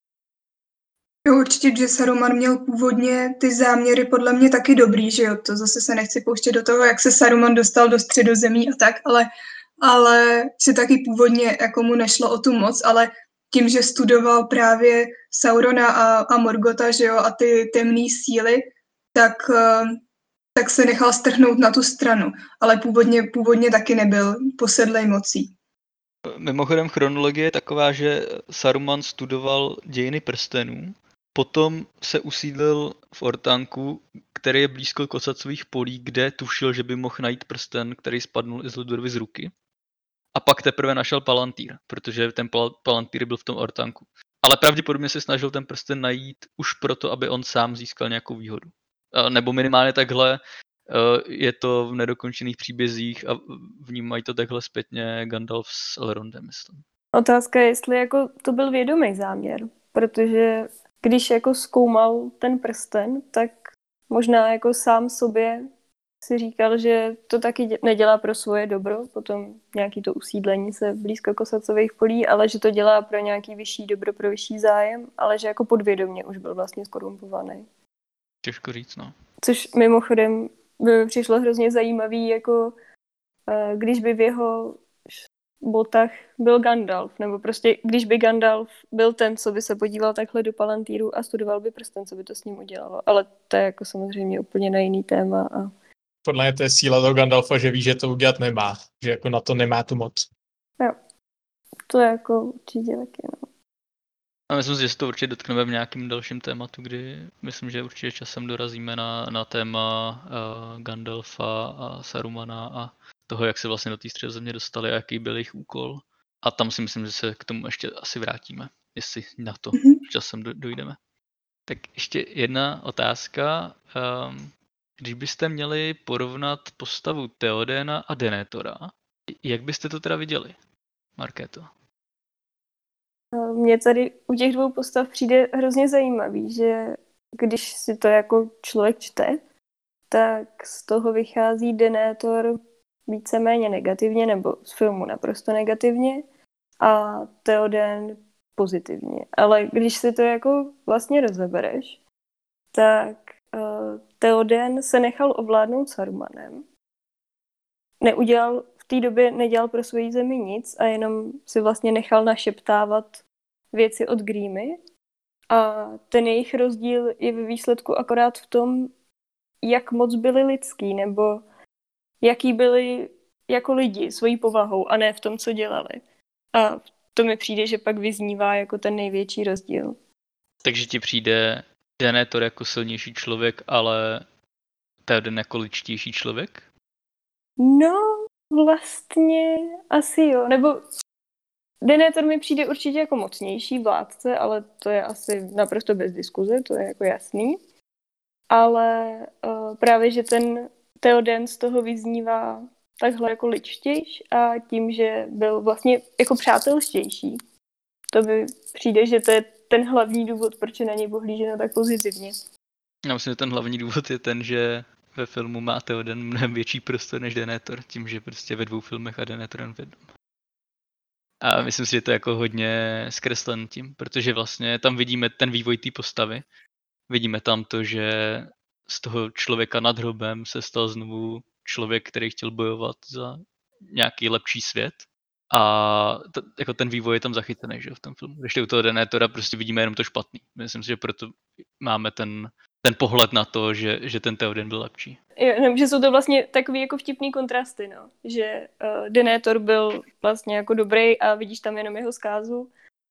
Jo, určitě, že Saruman měl původně ty záměry podle mě taky dobrý, že jo, to zase se nechci pouštět do toho, jak se Saruman dostal do Středozemí a tak, ale, ale si taky původně jako mu nešlo o tu moc, ale tím, že studoval právě Saurona a, a Morgotha, že jo, a ty temné síly, tak, tak se nechal strhnout na tu stranu, ale původně, původně taky nebyl posedlej mocí. Mimochodem chronologie je taková, že Saruman studoval dějiny prstenů, potom se usídlil v Orthancu, který je blízko Kosacových polí, kde tušil, že by mohl najít prsten, který spadnul Isildurovi z ruky. A pak teprve našel Palantír, protože ten Palantír byl v tom Orthancu. Ale pravděpodobně se snažil ten prsten najít už proto, aby on sám získal nějakou výhodu. Nebo minimálně takhle je to v nedokončených příbězích a vnímají to takhle zpětně Gandalf s Elrondem, myslím. Otázka je, jestli jako to byl vědomý záměr, protože když jako zkoumal ten prsten, tak možná jako sám sobě si říkal, že to taky nedělá pro svoje dobro, potom nějaký to usídlení se blízko Kosacových polí, ale že to dělá pro nějaký vyšší dobro, pro vyšší zájem, ale že jako podvědomě už byl vlastně skorumpovaný. Těžko říct, no. Což mimochodem by mi přišlo hrozně zajímavý, jako když by v jeho botách byl Gandalf, nebo prostě když by Gandalf byl ten, co by se podíval takhle do Palantíru a studoval by prsten, co by to s ním udělalo. Ale to je jako samozřejmě úplně na jiný téma. A... Podle mě to je síla toho Gandalfa, že ví, že to udělat nemá. Že jako na to nemá tu moc. Jo. To je jako určitě taky, no. A myslím si, že se to určitě dotkneme v nějakém dalším tématu, kdy myslím, že určitě časem dorazíme na, na téma uh, Gandalfa a Sarumana a toho, jak se vlastně do té Středozemě dostali a jaký byl jejich úkol. A tam si myslím, že se k tomu ještě asi vrátíme, jestli na to časem dojdeme. Tak ještě jedna otázka. Um, když byste měli porovnat postavu Theodena a Denethora, jak byste to teda viděli, Markéto? Mně tady u těch dvou postav přijde hrozně zajímavý, že když si to jako člověk čte, tak z toho vychází Denethor víceméně negativně, nebo z filmu naprosto negativně a Theoden pozitivně. Ale když si to jako vlastně rozebereš, tak uh, Theoden se nechal ovládnout Sarumanem. Neudělal v té době nedělal pro svoji zemi nic a jenom si vlastně nechal našeptávat věci od Grímy. A ten jejich rozdíl je ve výsledku akorát v tom, jak moc byli lidský, nebo jaký byli jako lidi svojí povahou a ne v tom, co dělali. A to mi přijde, že pak vyznívá jako ten největší rozdíl. Takže ti přijde Denethor jako silnější člověk, ale Theoden jako ličtější člověk? No, vlastně asi jo. Nebo Denethor mi přijde určitě jako mocnější vládce, ale to je asi naprosto bez diskuze, to je jako jasný. Ale uh, právě, že ten Theoden z toho vyznívá takhle jako ličtější a tím, že byl vlastně jako přátelštější. To by přijde, že to je ten hlavní důvod, proč je na něj pohlíženo tak pozitivně. Já myslím, že ten hlavní důvod je ten, že ve filmu má Theoden mnohem větší prostor než Denethor, tím, že prostě ve dvou filmech a Denethor jen v jednom. A myslím si, že to je jako hodně zkreslen tím, protože vlastně tam vidíme ten vývoj té postavy. Vidíme tam to, že z toho člověka nad hrobem se stal znovu člověk, který chtěl bojovat za nějaký lepší svět. A to, jako ten vývoj je tam zachycený, že v tom filmu. Když u toho Denethora prostě vidíme jenom to špatný. Myslím si, že proto máme ten, ten pohled na to, že, že ten Theoden byl lepší. Jo, že jsou to vlastně takový jako vtipný kontrasty, no. Že uh, Denethor byl vlastně jako dobrý a vidíš tam jenom jeho zkázu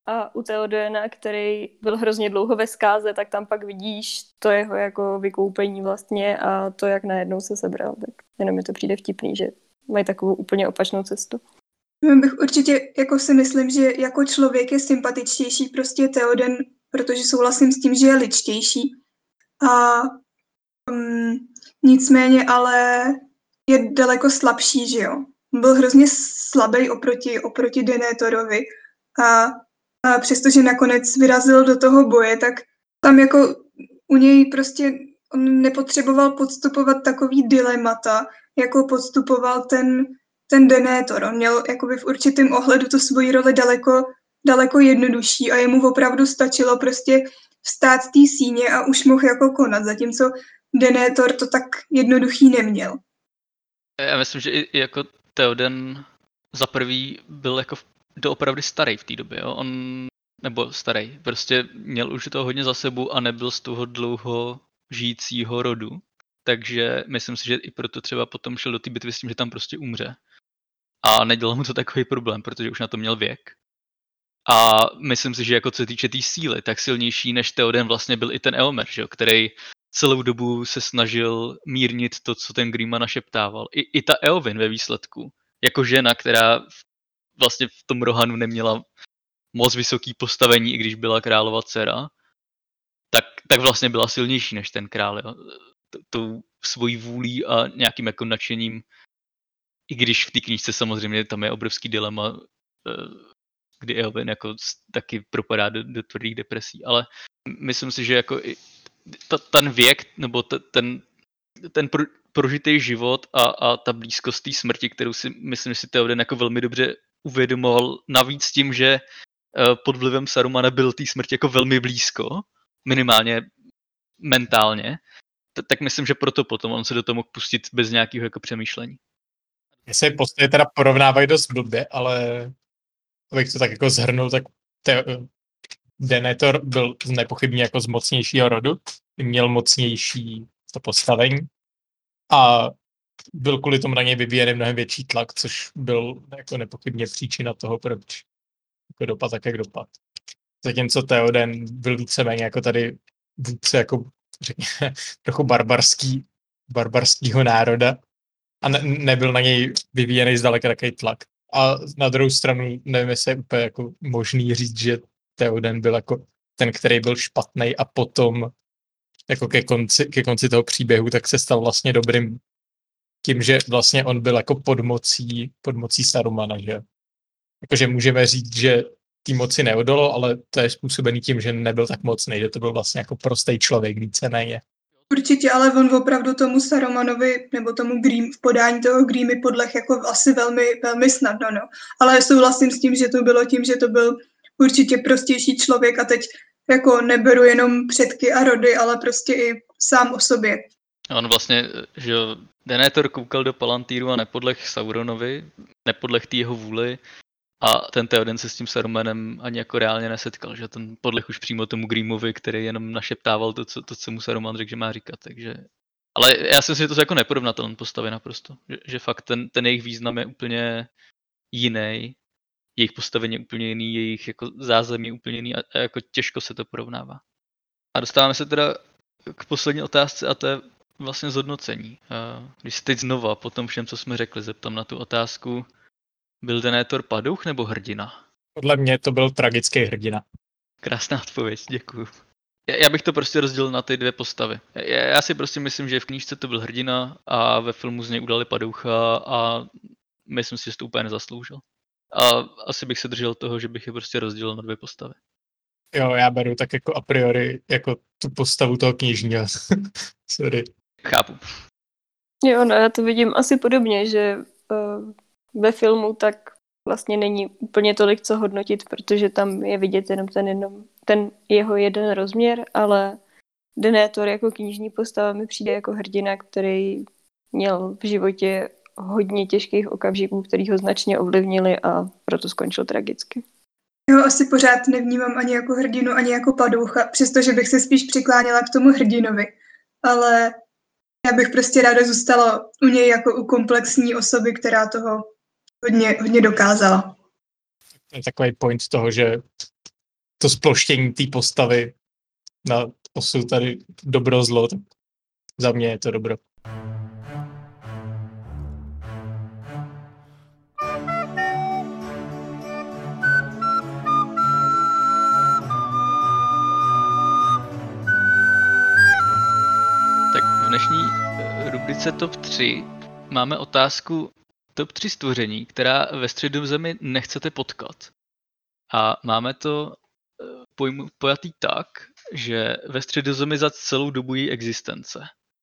A u Theodena, který byl hrozně dlouho ve zkáze, tak tam pak vidíš to jeho jako vykoupení vlastně a to, jak najednou se sebral. Tak jenom mi to přijde vtipný, že mají takovou úplně opačnou cestu. Bych určitě jako si myslím, že jako člověk je sympatičtější prostě Theoden, protože souhlasím s tím, že je ličtější. A um, nicméně ale je daleko slabší, že jo. Byl hrozně slabý oproti, oproti Denethorovi a, a přestože nakonec vyrazil do toho boje, tak tam jako u něj prostě on nepotřeboval podstupovat takový dilemata, jako podstupoval ten, ten Denethor. On měl jakoby v určitém ohledu tu svoji roli daleko, daleko jednodušší a jemu opravdu stačilo prostě vstát z té síně a už mohl jako konat, zatímco Denethor to tak jednoduchý neměl. Já myslím, že i, i jako Theoden za prvý byl jako doopravdy starý v té době, jo? On, nebo starý, prostě měl už to hodně za sebou a nebyl z toho dlouho žijícího rodu, takže myslím si, že i proto třeba potom šel do té bitvy s tím, že tam prostě umře. A nedělal mu to takový problém, protože už na to měl věk. A myslím si, že jako co se týče té tý síly, tak silnější než Theoden vlastně byl i ten Eomer, že jo? Který celou dobu se snažil mírnit to, co ten Grima našeptával. I, i ta Eowyn ve výsledku, jako žena, která vlastně v tom Rohanu neměla moc vysoký postavení, i když byla králova dcera, tak, tak vlastně byla silnější než ten král. Jo? Tou svojí vůlí a nějakým jako nadšením, i když v té knížce samozřejmě tam je obrovský dilema, kdy Eowyn jako taky propadá do, do tvrdých depresí, ale myslím si, že jako i ta, ten věk, nebo ta, ten, ten pro, prožitý život a, a ta blízkost té smrti, kterou si myslím, že si Theoden jako velmi dobře uvědomoval, navíc tím, že uh, pod vlivem Sarumana byl té smrti jako velmi blízko, minimálně mentálně, t- tak myslím, že proto potom on se do toho mohl pustit bez nějakého jako přemýšlení. Mně se postavy teda porovnávají dost blbě, ale abych to tak jako zhrnul, tak te- Denethor byl nepochybně jako z mocnějšího rodu, měl mocnější to postavení a byl kvůli tomu na něj vyvíjený mnohem větší tlak, což byl jako nepochybně příčina toho, proč jako dopad tak, jak dopad. Zatímco Theoden byl víceméně jako tady vůdce jako řekněme trochu barbarský, barbarského národa a ne, nebyl na něj vyvíjený zdaleka takový tlak. A na druhou stranu nevím, jestli je úplně jako možný říct, že Theoden byl jako ten, který byl špatný a potom jako ke konci, ke konci toho příběhu tak se stal vlastně dobrým tím, že vlastně on byl jako pod mocí, pod mocí Sarumana, že? Jakože můžeme říct, že tý moci neodolal, ale to je způsobený tím, že nebyl tak mocný, že to byl vlastně jako prostý člověk víceméně. Určitě, ale on opravdu tomu Sarumanovi, nebo tomu Grím, v podání toho Grímy podleh jako asi velmi, velmi snadno, no. Ale souhlasím s tím, že to bylo tím, že to byl určitě prostější člověk a teď jako neberu jenom předky a rody, ale prostě i sám o sobě. On vlastně, že Denethor koukal do Palantíru a nepodleh Sauronovi, nepodleh té jeho vůli a ten Theoden se s tím Sarumanem ani jako reálně nesetkal, že ten podleh už přímo tomu Grímovi, který jenom našeptával to, co, to, co mu Saruman řekl, že má říkat, takže... Ale já si myslím, že to je jako neporovnatelné postavy naprosto, že, že fakt ten, ten jejich význam je úplně jiný, jejich postavení je úplně jiný, jejich jako zázemí je úplně jiný a, a jako těžko se to porovnává. A dostáváme se teda k poslední otázce a to je vlastně zhodnocení. Když se teď znova po tom všem, co jsme řekli, zeptám na tu otázku, byl Denethor padouch nebo hrdina? Podle mě to byl tragický hrdina. Krásná odpověď, děkuju. Já bych to prostě rozdělil na ty dvě postavy. Já si prostě myslím, že v knížce to byl hrdina a ve filmu z něj udali padoucha a myslím si, že to úplně nezasloužil. A asi bych se držel toho, že bych je prostě rozdělil na dvě postavy. Jo, já beru tak jako a priori jako tu postavu toho knižního. Sorry. Chápu. Jo, no já to vidím asi podobně, že uh, ve filmu tak vlastně není úplně tolik co hodnotit, protože tam je vidět jenom ten, jenom, ten jeho jeden rozměr, ale Denethor jako knižní postava mi přijde jako hrdina, který měl v životě hodně těžkých okamžiků, který ho značně ovlivnili a proto skončil tragicky. Jo, asi pořád nevnímám ani jako hrdinu, ani jako padoucha, přestože bych se spíš přikláněla k tomu hrdinovi. Ale já bych prostě ráda zůstala u něj jako u komplexní osoby, která toho hodně, hodně dokázala. To je takový point toho, že to sploštění té postavy na osu tady dobro zlo, tak za mě je to dobro. Tak v dnešní rubrice top tři máme otázku top tři stvoření, která ve Středozemi nechcete potkat. A máme to pojmu, pojatý tak, že ve Středozemi za celou dobu její existence.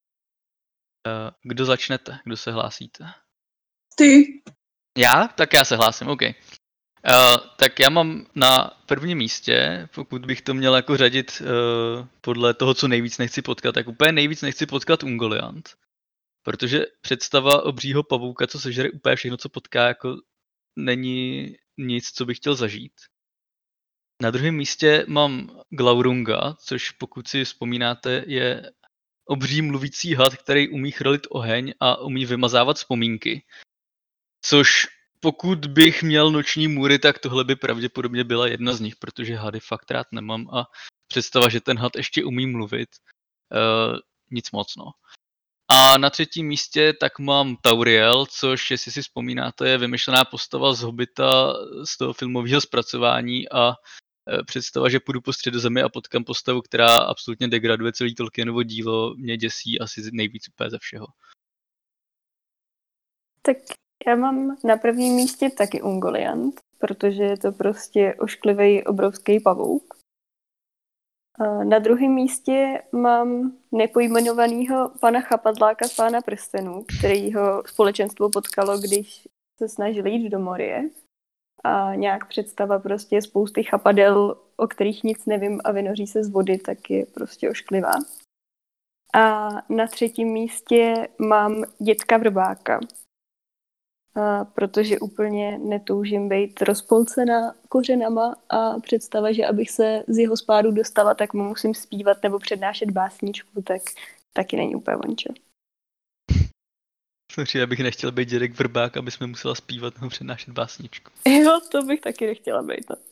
Kdo začnete? Kdo se hlásíte? Ty. Já? Tak já se hlásím, OK. Uh, tak já mám na prvním místě, pokud bych to měl jako řadit uh, podle toho, co nejvíc nechci potkat, tak úplně nejvíc nechci potkat Ungoliant. Protože představa obřího pavouka, co sežere úplně všechno, co potká, jako není nic, co bych chtěl zažít. Na druhém místě mám Glaurunga, což pokud si vzpomínáte, je obří mluvící had, který umí chrlit oheň a umí vymazávat vzpomínky. Což pokud bych měl noční můry, tak tohle by pravděpodobně byla jedna z nich, protože hady fakt rád nemám a představa, že ten had ještě umí mluvit, uh, nic moc no. A na třetím místě tak mám Tauriel, což jestli si vzpomínáte, je vymyšlená postava z Hobita z toho filmového zpracování a představa, že půjdu po Středozemi a potkám postavu, která absolutně degraduje celý Tolkienovo dílo, mě děsí asi nejvíc úplně ze všeho. Tak já mám na prvním místě taky Ungoliant, protože je to prostě ošklivý obrovský pavouk. A na druhém místě mám nepojmenovaného pana Chapadláka z Pána prstenů, kterýho společenstvo potkalo, když se snažili jít do Morie. A nějak představa prostě spousty chapadel, o kterých nic nevím a vynoří se z vody, tak je prostě ošklivá. A na třetím místě mám dětka Vrbáka, a protože úplně netoužím být rozpolcená kořenama a představa, že abych se z jeho spádu dostala, tak mu musím zpívat nebo přednášet básničku, tak taky není úplně vonče. Samozřejmě, já bych nechtěl být dědek Vrbák, aby jsme musela zpívat nebo přednášet básničku. Jo, to bych taky nechtěla být. No.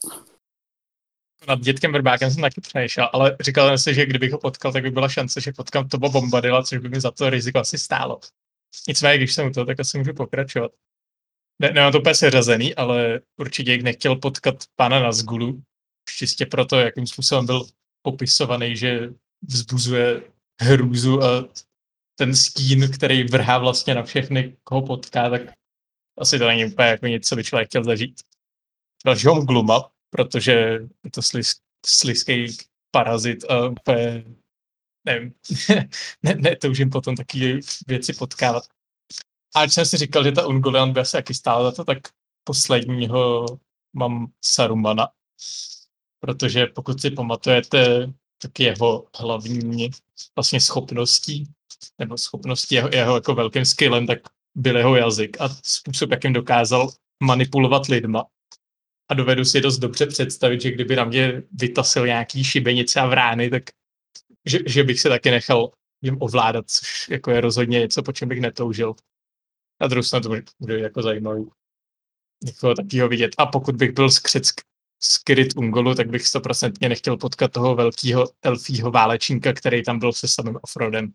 Nad dětkem Vrbákem jsem taky přemýšlel, ale říkal jsem si, že kdybych ho potkal, tak by byla šance, že potkám Toba Bombadila, což by mi za to riziko asi stálo. Nicméně, když jsem u toho, tak asi můžu pokračovat. Ne, nemám to úplně seřazený, ale určitě bych nechtěl potkat pána Nazgulu. Čistě proto, jakým způsobem byl popisovaný, že vzbuzuje hrůzu a ten stín, který vrhá vlastně na všechny, koho potká, tak asi to není úplně jako něco, co by člověk chtěl zažít. Dalšího Gluma, protože je to slis, sliský parazit a úplně, nevím, ne, netoužím potom taky věci potkávat. A když jsem si říkal, že ta Ungoliant by asi taky stála za to, tak posledního mám Sarumana. Protože pokud si pamatujete, tak jeho hlavní vlastně schopností, nebo schopností jeho, jeho jako velkým skillem, tak byl jeho jazyk a způsob, jakým dokázal manipulovat lidma. A dovedu si dost dobře představit, že kdyby na mě vytasil nějaký šibenice a vrány, tak že, že bych se taky nechal jim ovládat, což jako je rozhodně něco, po čem bych netoužil. Na druhou stranu to bude jako zajímavý někoho takového vidět. A pokud bych byl skřet skryt Ungolu, tak bych stoprocentně nechtěl potkat toho velkého elfího válečníka, který tam byl se samým Offroadem.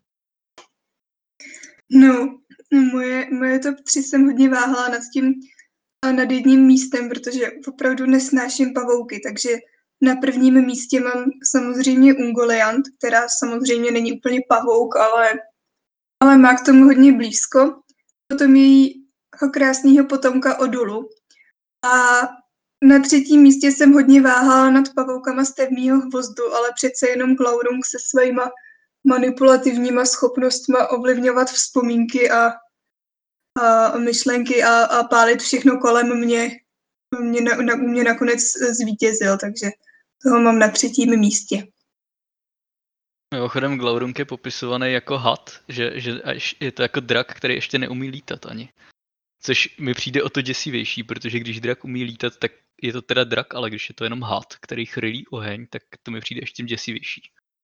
No, moje, moje top tři jsem hodně váhala nad tím a nad jedním místem, protože opravdu nesnáším pavouky, takže na prvním místě mám samozřejmě Ungoliant, která samozřejmě není úplně pavouk, ale, ale má k tomu hodně blízko. Potom jejího krásného potomka Odulu. A na třetím místě jsem hodně váhala nad pavoukama z Temného hvozdu, ale přece jenom Glaurung se svýma manipulativníma schopnostma ovlivňovat vzpomínky a, a myšlenky a, a pálit všechno kolem mě, mě, na, na, mě nakonec zvítězil, takže toho mám na třetím místě. Mimochodem Glaurung je popisovaný jako had, že, že je to jako drak, který ještě neumí lítat ani. Což mi přijde o to děsivější, protože když drak umí lítat, tak je to teda drak, ale když je to jenom had, který chrlí oheň, tak to mi přijde ještě děsivější.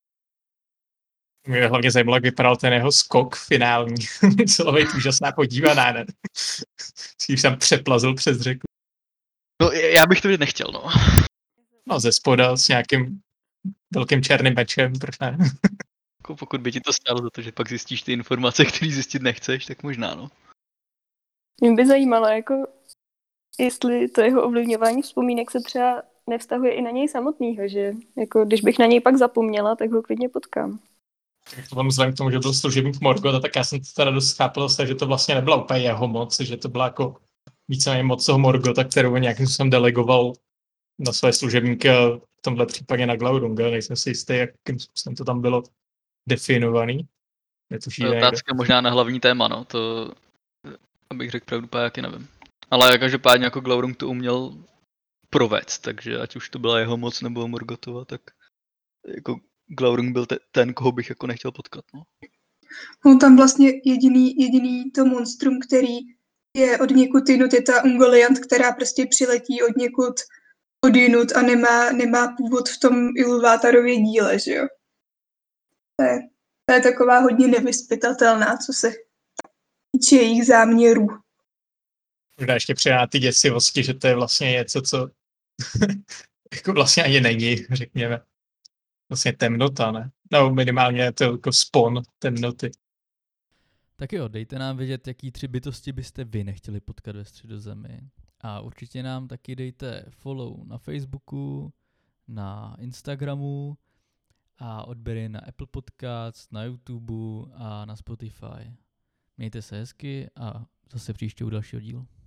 Mě hlavně zajímalo, jak vypadal ten jeho skok finální. Musela být úžasná podívaná, ne? Když tam přeplazil přes řeku. No, já bych to vidět nechtěl, no. No ze spoda s nějakým velkým černým mečem, proč ne? Jako pokud by ti to stálo za to, že pak zjistíš ty informace, které zjistit nechceš, tak možná, no. Mě by zajímalo, jako jestli to jeho ovlivňování vzpomínek se třeba nevztahuje i na něj samotného, že jako když bych na něj pak zapomněla, tak ho klidně potkám. On vzhledem k tomu, že byl služebník Morgotha, tak já jsem to teda dost chápal, že to vlastně nebyla úplně jeho moc, že to byla jako víceméně moc toho Morgotha, kterou nějakým způsobem delegoval na své služebníky a v tomhle případě na Glaurunga. Nejsem si jistý, jakým způsobem to tam bylo definovaný. To je otázka možná na hlavní téma, no. To, abych řekl pravdu, pájaky nevím. Ale každopádně jako Glaurung to uměl provést, takže ať už to byla jeho moc nebo Morgothova, tak jako Glaurung byl te, ten, koho bych jako nechtěl potkat, no. No tam vlastně jediný, jediný to monstrum, který je od někud jinut, je ta Ungoliant, která prostě přiletí od někud od jinut a nemá, nemá původ v tom Ilúvatárově díle, že jo. To je, to je taková hodně nevyzpytatelná, co se týče jejich záměrů. Možná ještě přidá ty děsivosti, že to je vlastně něco, co jako vlastně ani není, řekněme. Vlastně temnota, ne? No minimálně je to jako spon temnoty. Tak jo, dejte nám vědět, jaký tři bytosti byste vy nechtěli potkat ve Středozemi. A určitě nám taky dejte follow na Facebooku, na Instagramu a odběry na Apple Podcast, na YouTube a na Spotify. Mějte se hezky a zase příště u dalšího dílu.